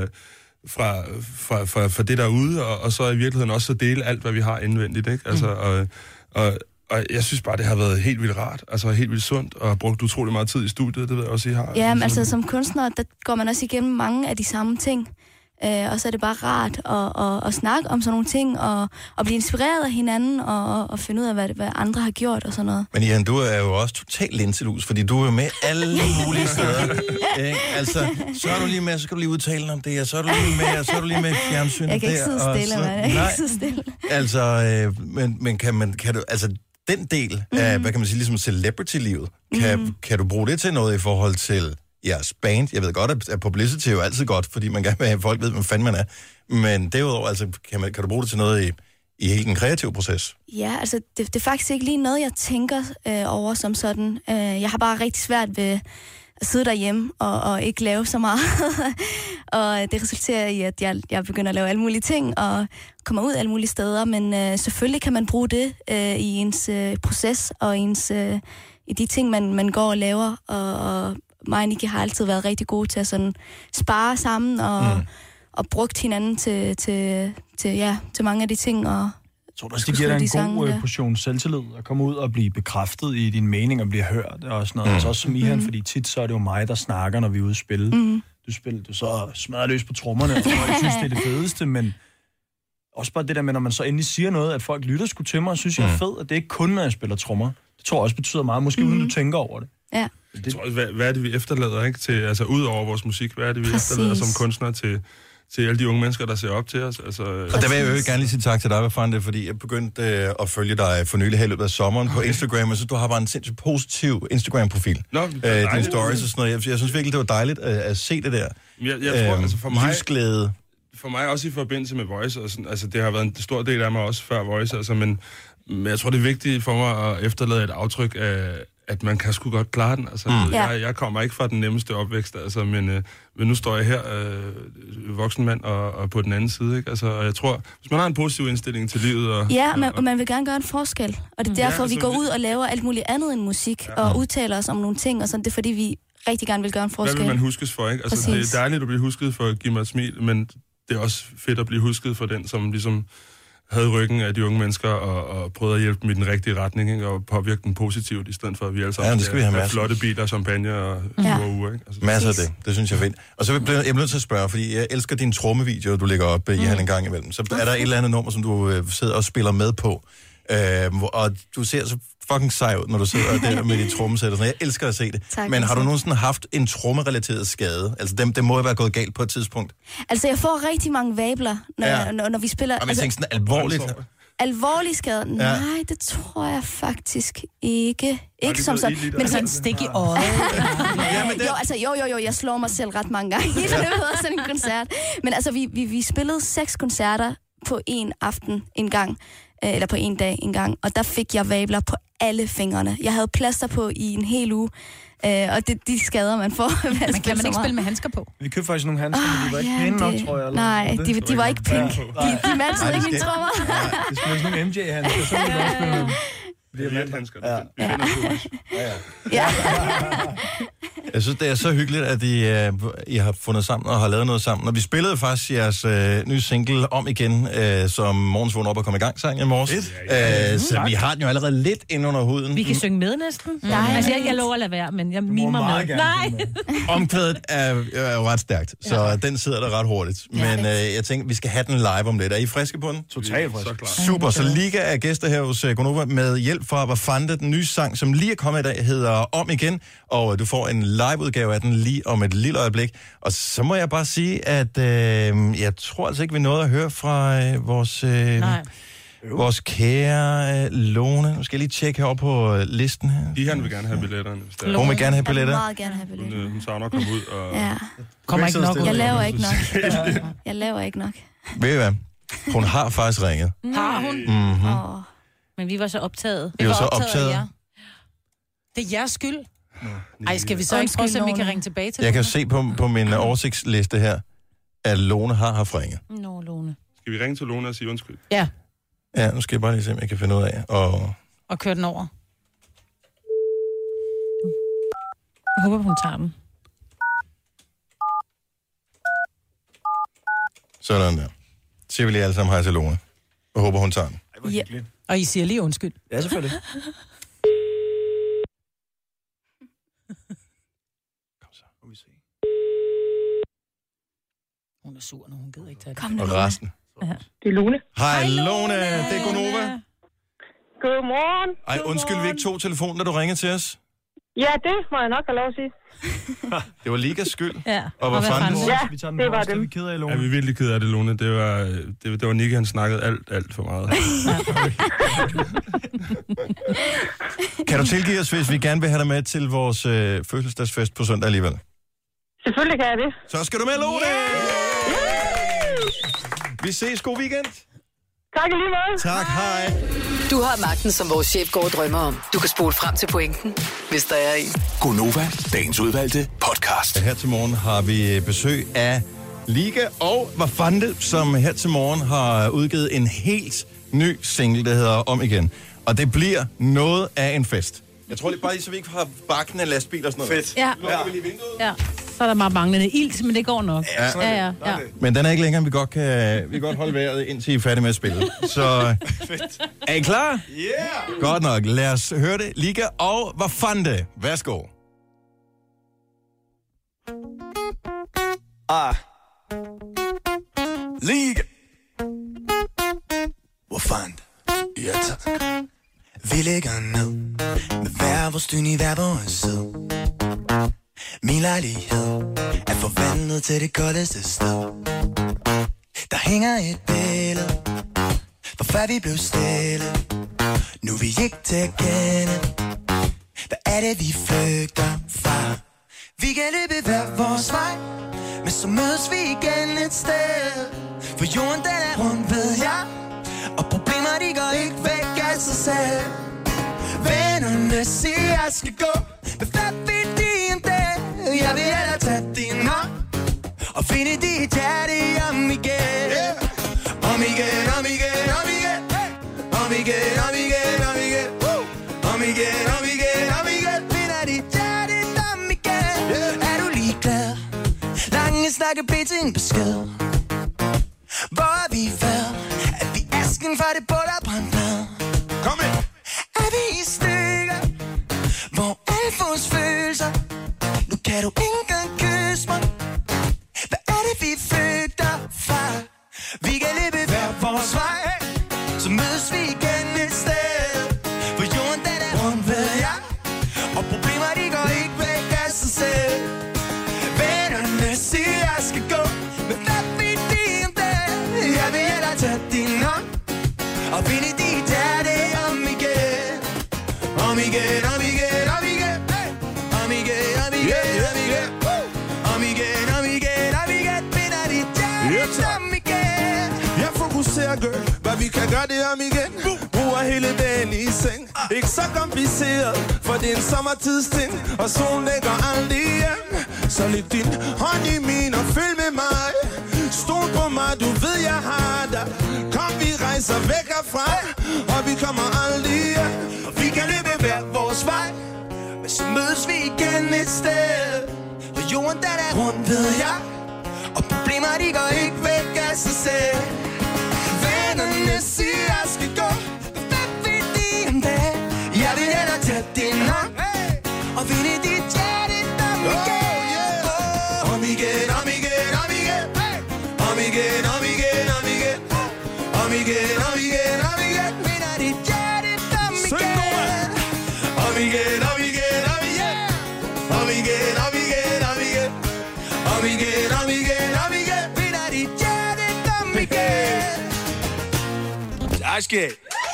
fra det derude, og så i virkeligheden også dele alt, hvad vi har indvendigt, ikke? Altså, og jeg synes bare, det har været helt vildt rart, altså helt vildt sundt, og har brugt utrolig meget tid i studiet, det ved jeg også, I har. Ja, men altså som kunstner, der går man også igennem mange af de samme ting, og så er det bare rart at snakke om sådan nogle ting, og blive inspireret af hinanden, og finde ud af, hvad andre har gjort, og sådan noget. Men Jan, du er jo også totalt linselus, fordi du er med alle mulige steder. Altså, så er du lige med, så skal du lige udtale om det, og så er du lige med, og så er du lige med i fjernsynet. Jeg kan ikke sidde stille, mand. Jeg kan ikke sidde stille. Altså, men kan du, altså, den del af, hvad kan man sige, ligesom celebrity-livet, kan du bruge det til noget i forhold til jeres band? Jeg ved godt, at publicity er jo altid godt, fordi man gerne vil have, at folk ved, hvem fanden man er. Men derudover, altså, kan du bruge det til noget i hele den kreative proces? Ja, altså, det er faktisk ikke lige noget, jeg tænker over som sådan. Jeg har bare rigtig svært ved at sidde derhjemme og ikke lave så meget. Og det resulterer i, at jeg begynder at lave alle mulige ting og kommer ud alle mulige steder. Men selvfølgelig kan man bruge det i ens proces og i de ting, man går og laver. Og mig og Nicky har altid været rigtig gode til at sådan spare sammen og brugt hinanden til mange af de ting. Og jeg tror også, det giver dig en god portion selvtillid at komme ud og blive bekræftet i din mening og blive hørt og sådan noget. Altså også som Ihan, fordi tit så er det jo mig, der snakker, når vi er ude at spille. Du så smadrer løs på trommerne, og jeg synes, det er det fedeste, men også bare det der med, når man så endelig siger noget, at folk lytter sgu til mig og synes, jeg er fed, at det ikke kun, når jeg spiller trommer. Det tror jeg også betyder meget, måske uden du tænker over det. Ja. Jeg tror også, hvad er det, vi efterlader, ikke? Til, altså ud over vores musik, hvad er det, vi efterlader som kunstnere til alle de unge mennesker, der ser op til os. Altså, og der vil jeg jo gerne lige sige tak til dig, hvad fanden det er, fordi jeg begyndte at følge dig for nylig her i løbet af sommeren på Instagram, og så du har bare en sindssygt positiv Instagram-profil. Dine stories og sådan noget. Jeg synes virkelig, det var dejligt at se det der. Jeg tror, altså for mig... Livsglæde. For mig også i forbindelse med Voice, og sådan, altså det har været en stor del af mig også før Voice, altså, men jeg tror, det er vigtigt for mig at efterlade et aftryk af, at man kan sgu godt klare den. Altså, jeg kommer ikke fra den nemmeste opvækst, altså, men nu står jeg her, voksen mand, og på den anden side. Ikke? Altså, og jeg tror, hvis man har en positiv indstilling til livet... Og man vil gerne gøre en forskel. Og det er derfor, vi går ud og laver alt muligt andet end musik, og udtaler os om nogle ting, og sådan. Det er fordi, vi rigtig gerne vil gøre en forskel. Hvad vil man huskes for, ikke? Altså, det er dejligt at blive husket for at give mig et smil, men det er også fedt at blive husket for den, som ligesom havde ryggen af de unge mennesker og prøvede at hjælpe dem i den rigtige retning, ikke? Og påvirke dem positivt, i stedet for at vi alle sammen skal have flotte biler, champagne og sure uger. Ikke? Altså, masser af det. Det synes jeg er fedt. Og så bliver jeg nødt til at spørge, fordi jeg elsker din trommevideo, du lægger op i en gang imellem. Så er der et eller andet nummer, som du sidder og spiller med på. Og du ser så fucking sej ud, når du sidder der med dit trommesæt og sådan. Jeg elsker at se det. Tak, men har du nogensinde haft en trommerelateret skade? Altså, det må jo være gået galt på et tidspunkt. Altså, jeg får rigtig mange vabler, når vi spiller... Og jeg tænker sådan alvorligt... Alvorlig skade? Nej, det tror jeg faktisk ikke. Ikke som sådan. Men sådan en stik i øjet. Jo, jeg slår mig selv ret mange gange i løbet af sådan en koncert. Men altså, vi spillede 6 koncerter på en aften en gang. Eller på en dag en gang. Og der fik jeg vabler på alle fingrene. Jeg havde plaster på i en hel uge. Og de skader, man får. Men kan man ikke spille med handsker på? Vi købte faktisk nogle handsker, men de var ikke pæne nok, tror jeg. Nej, de var ikke pink. De matchede ikke mine trommer. Det skulle sådan nogle MJ-handsker, så ville vi også spille. Det er vathandsker. Ja. Jeg synes, det er så hyggeligt, at I har fundet sammen og har lavet noget sammen. Og vi spillede faktisk jeres nye single om igen, som Morgens Vågn op og kom i gang sang i morges. Så vi har den jo allerede lidt ind under huden. Vi kan synge med næsten. Altså, jeg lover at lade være, men jeg mimer med. Nej. Omkvædet er jo ret stærkt, så den sidder der ret hurtigt. Men jeg tænker, vi skal have den live om lidt. Er I friske på den? Totalt friske. Super, så Liga er gæster her hos Gonova med hjælp fra Vafante. Den nye sang, som lige er kommet i dag, hedder Om igen, og du får en liveudgave af den lige om et lille øjeblik. Og så må jeg bare sige, at jeg tror altså ikke, vi nåede at høre fra vores kære Lone. Nu skal jeg lige tjekke herovre på listen her. Ihan vil gerne have billetterne. Hun vil gerne have billetter. Jeg vil meget gerne have billetter. Hun savner at komme ud og... Kommer ikke nok ud. Jeg laver ikke nok. Ved I hvad? Hun har faktisk ringet. Har hun? Mm-hmm. Men vi var så optaget. Vi var så optaget. Ja. Det er jeres skyld. Ej, skal vi så ikke prøve, så vi kan ringe tilbage til Jeg kan se på min oversigtsliste her, at Lone har haft ringet. Nå, Lone. Skal vi ringe til Lone og sige undskyld? Ja. Ja, nu skal jeg bare lige se, om jeg kan finde ud af. Og køre den over. Jeg håber, hun tager den. Sådan der. Så siger vi lige alle sammen hej til Lone. Jeg håber, hun tager den. Ja. Og I siger lige undskyld. Ja, selvfølgelig. Kom så, må vi se. Hun er sur, når hun gider ikke tage det. Kom, og resten. Ja. Det er Lone. Hej Lone, det er Gonova. Godmorgen. Ej, undskyld, vi ikke tog telefonen, da du ringede til os. Ja, det må jeg nok have lov at sige. Det var Ligas skyld. Ja. Og hvad fanden? Ja, det var dem. Vi er ked af, Lone. Ja, vi er virkelig ked af det, Lone. Det var Nicky, han snakkede alt for meget. Kan du tilgive os, hvis vi gerne vil have dig med til vores fødselsdagsfest på søndag alligevel? Selvfølgelig kan jeg det. Så skal du med, Lone! Vi ses. God weekend. Tak lige meget. Tak, hej. Du har magten, som vores chef går og drømmer om. Du kan spole frem til pointen, hvis der er en. Gonova, dagens udvalgte podcast. Her til morgen har vi besøg af Liga og Vafande, som her til morgen har udgivet en helt ny single, der hedder Om Igen. Og det bliver noget af en fest. Jeg tror lige bare, så vi ikke har bakkende lastbiler og sådan noget. Fedt. Ja. Ja. Så er der meget manglende ilt, men det går nok. Ja. Men den er ikke længere, end vi godt holde vejret, indtil I er færdige med at spille. Så er I klar? Yeah! Godt nok. Lad os høre det. Liga og Vafande. Værsgo. Liga. Vafande. Ja, tak. Vi ligger ned med hver vores dyn i hver vores side. Min lejlighed er forvandlet til det koldeste sted. Der hænger et billede, hvor før vi blev stille. Nu er vi ikke til at kende. Hvad er det vi flygter fra? Vi kan løbe hver vores vej, men så mødes vi igen et sted. For jorden den er rundt, ved jeg, og problemer de går ikke væk af sig selv. Vennerne siger jeg skal gå, men hvad vil de en dag? Jeg vil hellere tage din hånd og finde dit hjerte om igen. Om igen, om igen, om igen. Om igen, om igen, om igen. Om igen, om igen, om igen. Finder dit hjerte om igen. Er du ligeglad? Lange snakke blev til en besked. Hvor er vi ved? Er vi asken for det bål og brændt ned? Kom ind! Er vi i stykker? Hvor alle vores følelser? Nu kan du ikke engang kysse mig. Hvad er det vi flygter fra? Vi kan løbe hver vores vej, så mødes vi igen et sted. For jorden den er rundt, ved jeg, og problemer de går ikke væk af sig selv. Vennerne siger jeg skal gå, men hvad vil de en dag? Jeg vil hellere tage din hånd og vinde dit hjerte om igen. Om igen, om igen, om igen. Om igen, om igen, om igen. Om igen, om igen, om igen. Vinder dit hjerte om igen. Jeg fokuserer, girl, hvad vi kan gøre det om igen. Bruger hele dagen i seng. Ikke så kompliceret, for det er en sommertidsting. Og solen lægger aldrig hjem. Så læg din hånd i min og følg med mig. Stol på mig, du ved jeg har dig. Kom, vi rejser væk herfra, og vi kommer aldrig hjem. Og vi kan løbe hver vores vej, men så mødes vi igen et sted. For jorden den er rundt, ved jeg, og problemer de går ikke væk af sig selv. Vennerne siger jeg skal gå, men hvad vil de en dag? Jeg vil hellere tage din hånd og vinde dit hjerte om igen. Om igen, om igen, om igen. Om igen, om igen, om igen. Om igen, om igen, om igen. Vinder dit hjerte om igen. Om igen, om igen, om igen. Om igen, om igen, om igen. Om igen, om igen, om igen. Vinder dit hjerte om igen. Tak skal.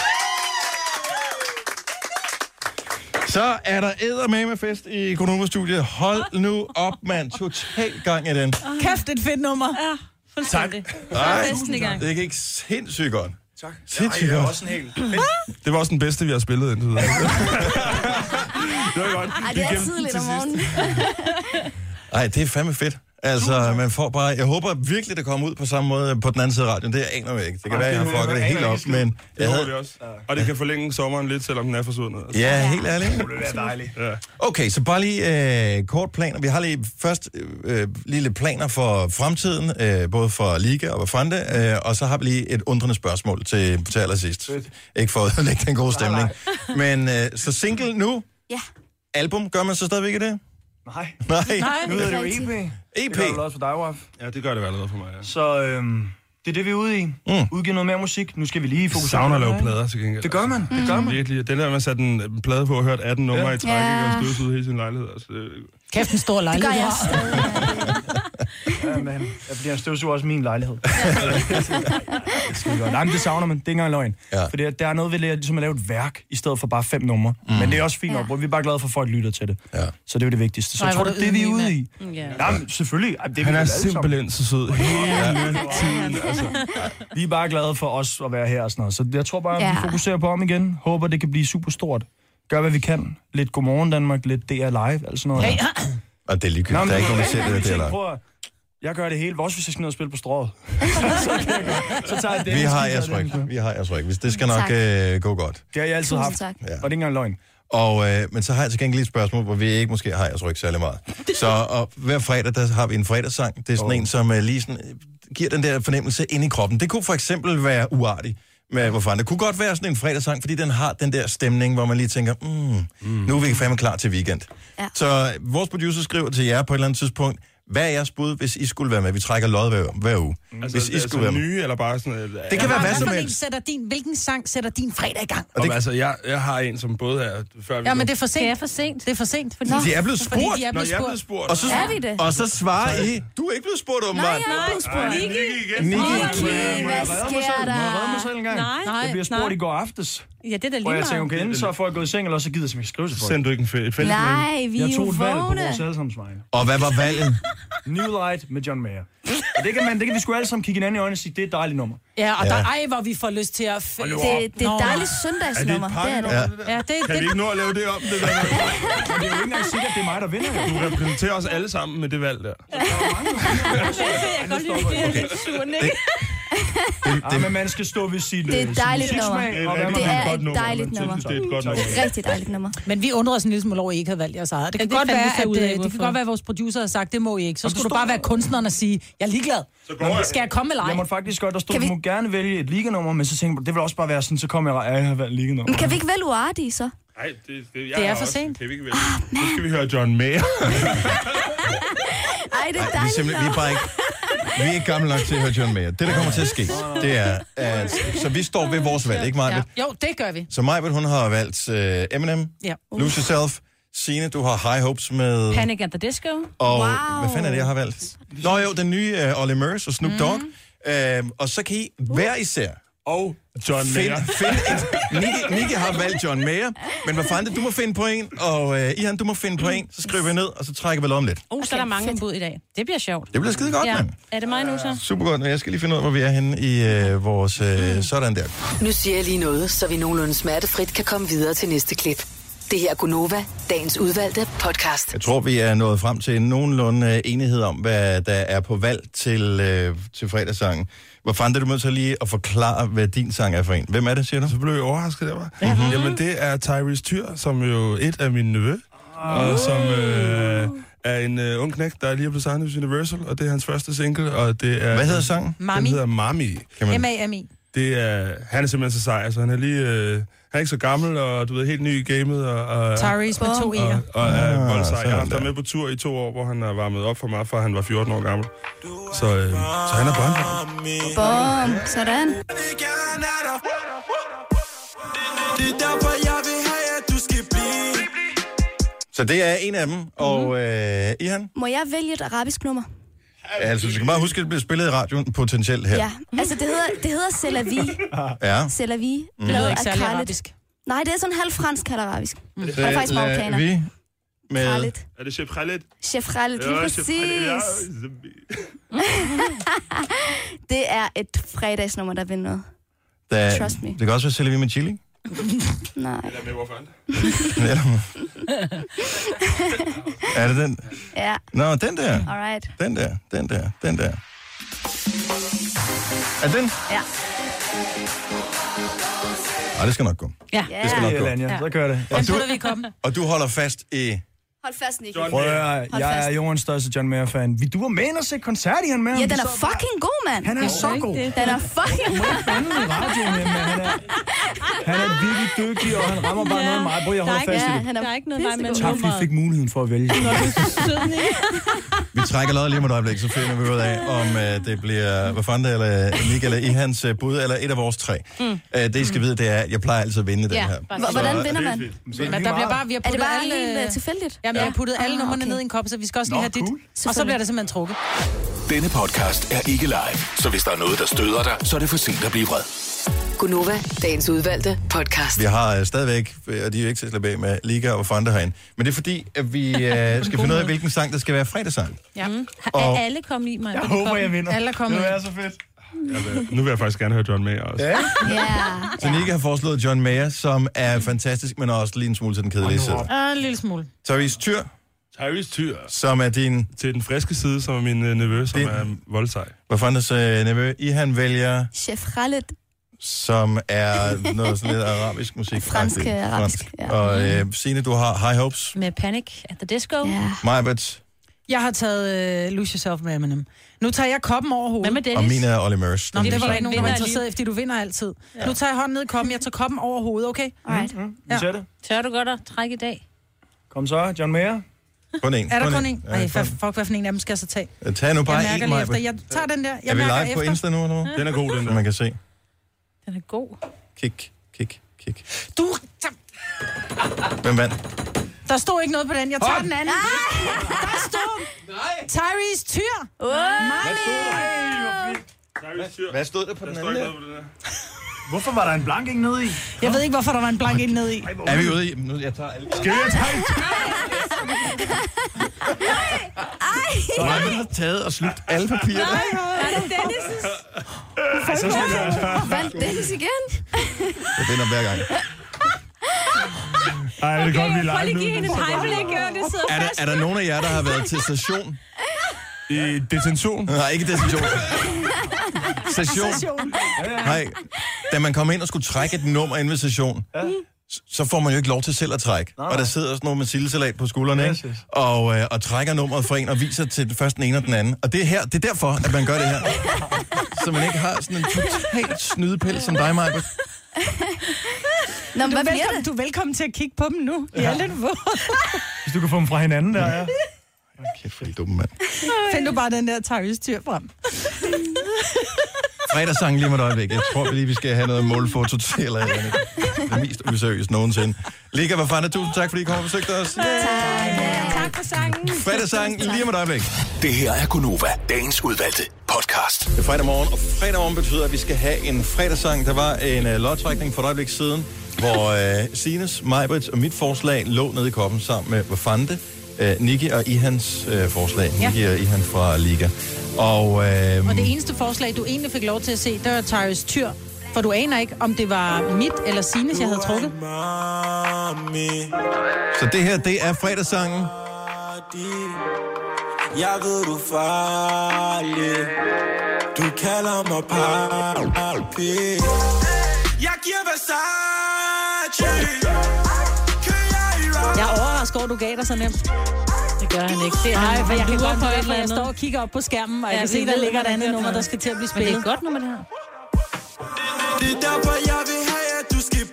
Så er der eddermamefest i Gonova-studiet. Hold nu op, mand. Total gang i den. Kæft, et fedt nummer. Ja, fuldstændig. Nej, Festen i gang. det gik sindssygt godt. Tak. Sindssygt det er godt. også en helt... Det var også den bedste, vi har spillet indtil videre. Det var godt. Ej, det er tidligt om morgenen. Ej, det er fandme fedt. Altså, man får bare... Jeg håber virkelig, det kommer ud på samme måde på den anden side af radioen. Det aner jeg ikke. Det kan være, jeg har fucket det helt op, men... Det håber vi også. Og det kan forlænge sommeren lidt, selvom den er forsvundet. Altså. Ja, helt ærligt. Det ville være dejligt. Ja. Okay, så bare lige kort planer. Vi har lige først lige lidt planer for fremtiden, både for Liga og Vafande, og så har vi lige et undrende spørgsmål til allersidst. Ikke for at lægge den gode stemning. Men så single nu. Ja. Album, gør man så stadigvæk det? Nej. Nej. Nu hedder det jo EP. EP? Det gør det også for dig, Waf. Ja, det gør det jo allerede for mig, ja. Så Det er det, vi er ude i. Udgive noget mere musik. Nu skal vi lige fokusere. Savner at lave plader til gengæld. Det gør man. Det gør man. Virkelig. Den der, man satte en plade på og hørt 18 numre i træk, og støvs ud hele sin lejlighed. Altså, kæft en stor lejlighed. Det gør jeg ja, man. Jeg bliver en støvsuger også min lejlighed. Nej, men det savner man. Det er ikke engang løgn. Ja. For der er noget ved ligesom at lave et værk, i stedet for bare 5 numre. Men det er også fint nok. Vi er bare glade for, at folk lytter til det. Ja. Så det er jo det vigtigste. Så jeg tror, det er det, vi er ude i. Ja, men selvfølgelig. Han er simpelthen så sød hele tiden. Altså. Vi er bare glade for os at være her og sådan noget. Så jeg tror bare, at vi fokuserer på om igen. Håber, det kan blive super stort. Gør, hvad vi kan. Lidt Godmorgen Danmark, lidt DR Live, altså sådan noget. Og det er ligegyldigt. Der er ikke nogen, der ser det der. Jeg gør det hele. Også hvis jeg skal ned og spille på strået. så tager jeg det. Vi har jeres ryg. Hvis det skal nok gå godt. Det har jeg altid haft. Ja. Og det er ikke engang løgn. Og, men så har jeg til gengæld et spørgsmål, hvor vi ikke måske har jeres ryg særlig meget. Så hver fredag, der har vi en fredagssang. Det er sådan en, som lige sådan, giver den der fornemmelse ind i kroppen. Det kunne for eksempel være uartigt. Hvorfor? Det kunne godt være sådan en fredagssang, fordi den har den der stemning, hvor man lige tænker, nu er vi fandme klar til weekend. Ja. Så vores producer skriver til jer på et eller andet tidspunkt, hvad er jeres bud, hvis I skulle være med? Vi trækker lod hver uge. Altså, hvis I skulle være med. Nye, eller bare sådan... Det kan være hvad som helst. Hvilken sang sætter din fredag i gang? Altså, jeg har en, som både er... Før vi men det er for sent. Det er for sent. Det er for sent. Fordi de er blevet spurgt. Fordi jeg er blevet spurgt. Og så, og så svarer I, du er ikke blevet spurgt om mig. Nej, jeg er blevet spurgt. Niki. Hvad sker der? Jeg redder mig selv engang. Jeg bliver spurgt i går aftes. Ja, det er da lige meget. Og jeg tænker, okay, enten så får jeg gået i seng, eller så gider jeg simpelthen skrive til folk. Send du ikke et fælles Nej, vi er jo Jeg tog et valg på vores allesammens vegne. Og hvad var valget? New Light med John Mayer. Og det kan vi sgu alle sammen kigge hinanden i øjnene og sige, det er et dejligt nummer. Ja, og der hvor vi får lyst til at... Det er et dejligt søndagsnummer. Det er det. Kan vi ikke nå at lave det om? Det der? Men det er jo ikke engang sikkert, at det er mig, der vinder. Du repræsenterer os alle sammen med det valg der. Jeg kan godt lide, at vi er lidt sure, men man skal stå ved sit Det er et dejligt nummer. Det er et dejligt nummer. Det er et godt nummer. Rigtig dejligt nummer. Men vi undrer os en lille smule over, at I ikke havde valgt jeres eget. Det kan godt være, at vores producer har sagt, det må I ikke. Så skulle du bare være kunstneren og sige, jeg er ligeglad. Skal jeg komme eller ej? Jeg måtte faktisk godt, der stod, du må gerne vælge et liganummer, men så tænkte jeg, det vil også bare være sådan, så kommer jeg har valgt liganummer. Men kan vi ikke vælge uartige så? Nej, det er for sent. Kan vi ikke vælge? Nu skal vi høre John Mayer. Ej, det er dejligt. Vi er bare ikke... Vi er ikke gamle nok til at høre John Mayer. Det, der kommer til at ske, det er... så vi står ved vores valg, ikke Majbet? Jo, det gør vi. Så Majbet, hun har valgt Eminem, Lose Yourself. Signe, du har High Hopes med... Panic at the Disco. Og hvad fanden er det, jeg har valgt? Nå jo, den nye Olly Murs og Snoop Dogg. Og så kan I hver især... Og John Mayer. Niki har valgt John Mayer, men hvad fanden, du må finde på en, og Ihan, du må finde på en, så skriver vi ned, og så trækker vi lod om lidt. Så er der mange bud i dag. Det bliver sjovt. Det bliver skide godt, mand. Er det mig nu så? Super godt, og jeg skal lige finde ud af, hvor vi er henne i vores sådan der. Nu siger jeg lige noget, så vi nogenlunde smertefrit kan komme videre til næste klip. Det her er Gunova, dagens udvalgte podcast. Jeg tror, vi er nået frem til nogenlunde enighed om, hvad der er på valg til fredagssangen. Hvor fanden er du med til lige at forklare, hvad din sang er for en? Hvem er det, siger du? Så blev jeg overrasket, der var. Jamen, det er Tyrese Tyr, som jo et af mine nevø, og som er en ung knægt, der lige er blevet signet hos Universal, og det er hans første single, og det er... Hvad hedder sangen? Mami. Den hedder Mami. M-A-M-I. Det er... Han er simpelthen så sej, altså han er lige... Han er ikke så gammel, og du ved, helt ny i gamet, og Tyrese med 2 E'er. Og er voldsej. Jeg har haft ham med på tur i 2 år, hvor han har varmet op for mig, fra han var 14 år gammel. Så han er børnbarn. Bum, sådan. Det er derfor, jeg vil have, at du skal blive. Så det er en af dem, og Ihan? Må jeg vælge et arabisk nummer? Altså, du skal bare huske, at det bliver spillet i radioen potentielt her. Ja, altså det hedder C'est la vie. Ja. C'est la vie. Det hedder ikke særlig arabisk. Nej, det er sådan halv fransk, halv arabisk. Og faktisk marokkaner. Vi med... Khaled. Er det Chef Khaled? Chef Khaled, lige præcis. Det er et fredagsnummer, der vinder noget. Trust me. Det kan også være Selvi med chili. Nej. Eller med, hvorfor andet? Er det den? Ja. Nå, den der. Alright. Den der. Er den? Ja. Ej, det skal nok gå. Ja. Det skal nok gå. Ja, så kører det. Og du holder fast i... Hold fast, Nicky. Jeg er jordens største John Mayer-fan. Du var med og se koncert i han med ham. Ja, den er fucking god, mand. Han er så god. Den er fucking god. Han er virkelig dygtig, og han rammer bare noget meget. Jeg holder fast i det. Der er ikke noget vej med Tak, fordi I fik muligheden for at vælge. Vi trækker loddet lige om et øjeblik, så finder vi ud af, om det bliver Vafanda eller Michael i hans bud, eller et af vores tre. Det, I skal vide, det er, at jeg plejer altid at vinde den her. Hvordan vinder man? Men der bliver bare, vi har puttet er det bare helt tilfældigt? Jamen, jeg har puttet alle numrene ned i en kop, så vi skal også lige have dit. Og så bliver det simpelthen trukket. Denne podcast er ikke live, så hvis der er noget, der støder dig, så er det for sent at blive vred. Gunova, dagens udvalgte podcast. Vi har stadigvæk, og de er jo ikke til at slippe af med Liga og Vafanda herinde. Men det er fordi, at vi skal finde ud af, hvilken sang, der skal være fredagssang. Ja. Er alle kommet i mig? Jeg håber, jeg vinder. Alle er kommet i. Det er så fedt. Nu vil jeg faktisk gerne høre John Mayer også. Ja. Så Nika har foreslået John Mayer, som er fantastisk, men også lige en smule til den kedelige side. En lille smule. Tyrese Tyr, som er din... Til den friske side, som er min nevø, som er voldsej. Vafanders nevø. Han vælger... Chef Khaled. Som er noget sådan lidt arabisk musik. Fransk, ja. Og Signe, du har High Hopes. Med Panic at the Disco. Ja. Majbert. Jeg har taget Lose Yourself med Eminem. Nu tager jeg koppen over hovedet. Hvad med Dennis? Og min er Olly Murs. Nå, det var der ikke nogen, der var interesseret i, fordi du vinder altid. Ja. Nu tager jeg hånden ned i koppen. Jeg tager koppen over hovedet, okay? Alright. Ja. Det. Tør du godt at trække i dag? Kom så, John Mayer. Kun en. Er der kun en? Ej, fuck, hvad for en af dem skal jeg så tage? Tag nu bare en, Maja. Jeg tager den der. Er vi live på Insta nu, eller hvad? Den er god, den der. Man kan se. Den er god. Kig. Du... Hvem vandt? Der stod ikke noget på den. Jeg tager den anden. Der stod... Tyrese Tyr. Hvad stod der på den anden der? Hvorfor var der en blank en nede i? Jeg ved ikke, hvorfor der var en blank en nede i. Er vi ude i? Nu, jeg tager alle. Skal jeg tage en Man har taget og slugt alle papirerne. Nej, Dennis'. Vandt Dennis igen? Jeg vinder hver gang. Ej, det er godt, vi er live nu. Prøv lige give hende et hejblik, det sidder fast. Er der nogen af jer, der har været til station? I detention? Nej, ikke detention. Station. Nej, da man kom ind og skulle trække et nummer ind ved station, så får man jo ikke lov til selv at trække. Og der sidder sådan noget med sildesalat på skuldrene, ikke? Og trækker nummeret fra en og viser til først den ene og den anden. Og det er derfor, at man gør det her. Så man ikke har sådan en totalt snydepæl som dig, Majbert. Nå, hvad bliver det? Du er velkommen til at kigge på dem nu. De er lidt våde. Hvis du kan få dem fra hinanden der, ja. Kæft, for dumme mand. Find du bare den der Tyrese Tyr frem. Fredagssangen lige med et øjeblik. Jeg tror lige, vi skal have noget målfoto til, eller andet. Det mest useriøst nogensinde. Liga Vafanda, tusind tak, fordi I kom og besøgte os. Tak for sangen. Fredagssangen lige med et øjeblik. Det her er Gunova, dagens udvalgte podcast. Det er fredag morgen, og fredag morgen betyder, at vi skal have en fredagssang. Der var en lodtrækning for et øjeblik siden, hvor Sines, Majbrits og mit forslag lå nede i koppen sammen med Vafanda, Nicky og Ihans forslag. Ja. Nicky og Ihan fra Liga. Og det eneste forslag, du egentlig fik lov til at se, det var Tyrese Tyr. For du aner ikke, om det var mit eller Sines, jeg havde trukket. Så det her, det er fredagssangen. Jeg ved, du er farlig. Du kalder mig papi. Jeg giver Versace. Jeg er overrasket over, du gav dig så nemt. Det gør han ikke. Det er nej, for jeg kan godt høre, høre, at jeg står og kigger op på skærmen, og jeg kan se, der ligger et andet nummer, der skal til at blive spillet. Men det er godt nummer, det her. Det er derfor, jeg vil have, at du skal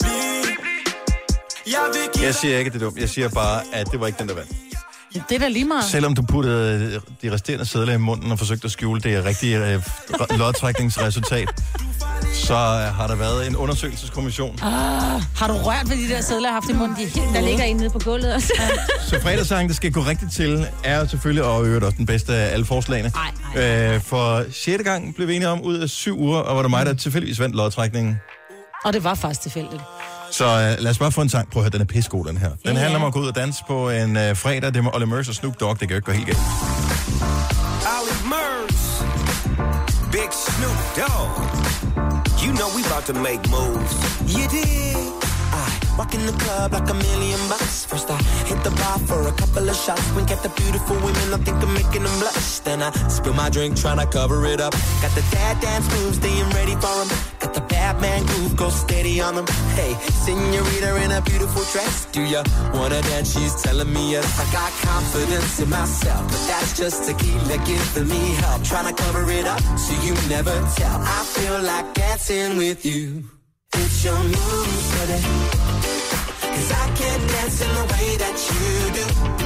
blive. Jeg siger ikke, det er dumt. Jeg siger bare, at det var ikke den, der vandt. Det er da lige meget. Selvom du puttede de resterende sædler i munden og forsøgte at skjule det rigtige lodtrækningsresultat, så har der været en undersøgelseskommission. Har du rørt ved de der sædler, jeg har haft i munden? De er helt der ligger inde nede på gulvet også. Så fredagssangen, det skal gå rigtigt til, er selvfølgelig og øvrigt også den bedste af alle forslagene. For 6. gang blev vi enige om ud af 7 uger, og var det mig, der tilfældigvis vandt lodtrækningen. Og det var faktisk tilfældigt. Så lad os bare få en sang. Prøv at høre, den er pissegod, den her. Den handler om at gå ud og danse på en fredag. Det med Olly Murs og Snoop Dogg. Det kan jo ikke gå helt galt. Olly Murs, Big Snoop Dogg. You know we about to make moves. You dig? Walk in the club like $1,000,000. First I hit the bar for a couple of shots. Wink at the beautiful women, I think I'm making them blush. Then I spill my drink, trying to cover it up. Got the dad dance moves, staying ready for them. Got the Batman groove, go steady on them. Hey, senorita in a beautiful dress. Do ya wanna dance? She's telling me yes. I got confidence in myself, but that's just tequila giving me help. Trying to cover it up so you never tell. I feel like dancing with you. It's It's your moves, baby. 'Cause I can't dance in the way that you do.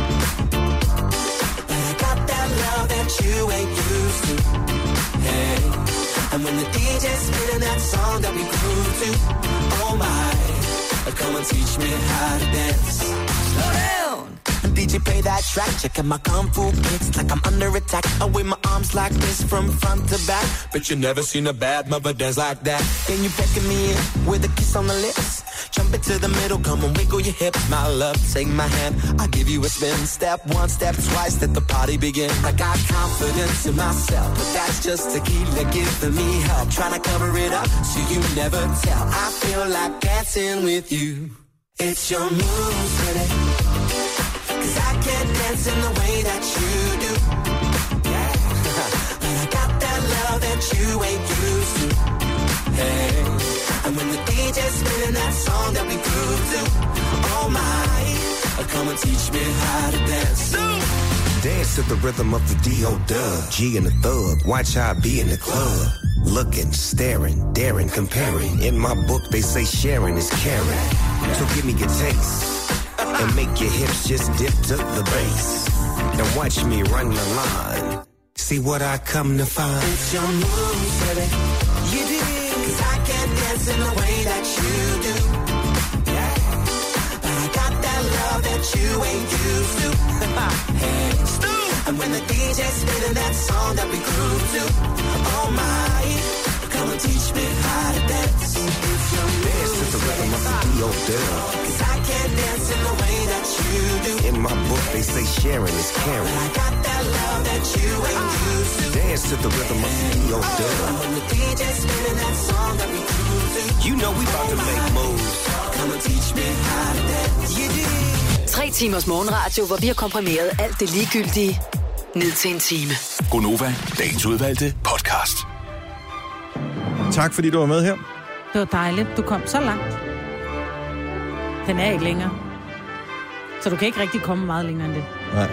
But I got that love that you ain't used to. Hey. And when the DJ's spinning that song that we grew to, oh my, come and teach me how to dance. Slow down. DJ play that track, checking my kung fu kicks like I'm under attack. I wave my arms like this from front to back. But you never seen a bad mother dance like that. Then you beckon me in with a kiss on the lips. Jump into the middle, come and wiggle your hips. My love, take my hand, I'll give you a spin. Step one, step twice, let the party begin. I got confidence in myself, but that's just tequila giving me help. Trying to cover it up so you never tell. I feel like dancing with you. It's your moves, baby. 'Cause I can't dance in the way that you do. Yeah. But I got that love that you ain't used to. Hey. And when the DJ's spinning that song that we grew to, oh my, come and teach me how to dance. Dance to the rhythm of the D.O.Dub, G and the Thug. Watch how I be in the club. Looking, staring, daring, comparing. In my book, they say sharing is caring. So give me your taste. And make your hips just dip to the bass. And watch me run the line. See what I come to find. It's your moves, baby. You did. 'Cause I can't dance in the way that you do. Yeah. But I got that love that you ain't used to. Hey. And when the DJ's spinning that song that we grew to, oh my, come and teach me how to dance. It's your dance to the rhythm of the D.O.Dub. 'Cause I can't dance in the way that you do. In my book, they say sharing is caring. But I got that love that you ain't used to. Dance to the rhythm of the D.O.Dub. And when the DJ's spinning that song that we grew to, you know we about to make moves. Come and teach me how to dance. You did. 3 timers morgenradio, hvor vi har komprimeret alt det ligegyldige ned til en time. Gonova, dagens udvalgte podcast. Tak fordi du var med her. Det var dejligt. Du kom så langt. Den er ikke længere. Så du kan ikke rigtig komme meget længere end det. Nej.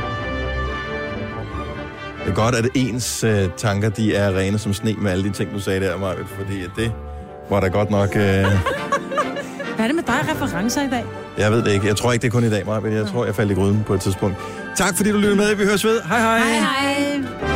Det er godt, at ens tanker, de er rene som sne med alle de ting, du sagde der, Marvind, fordi det var da godt nok... Hvad er det med dig referencer i dag? Jeg ved det ikke. Jeg tror ikke, det er kun i dag, Marvind. Jeg tror, jeg faldt i gryden på et tidspunkt. Tak fordi du lyttede med. Vi høres ved. Hej hej. Hej hej.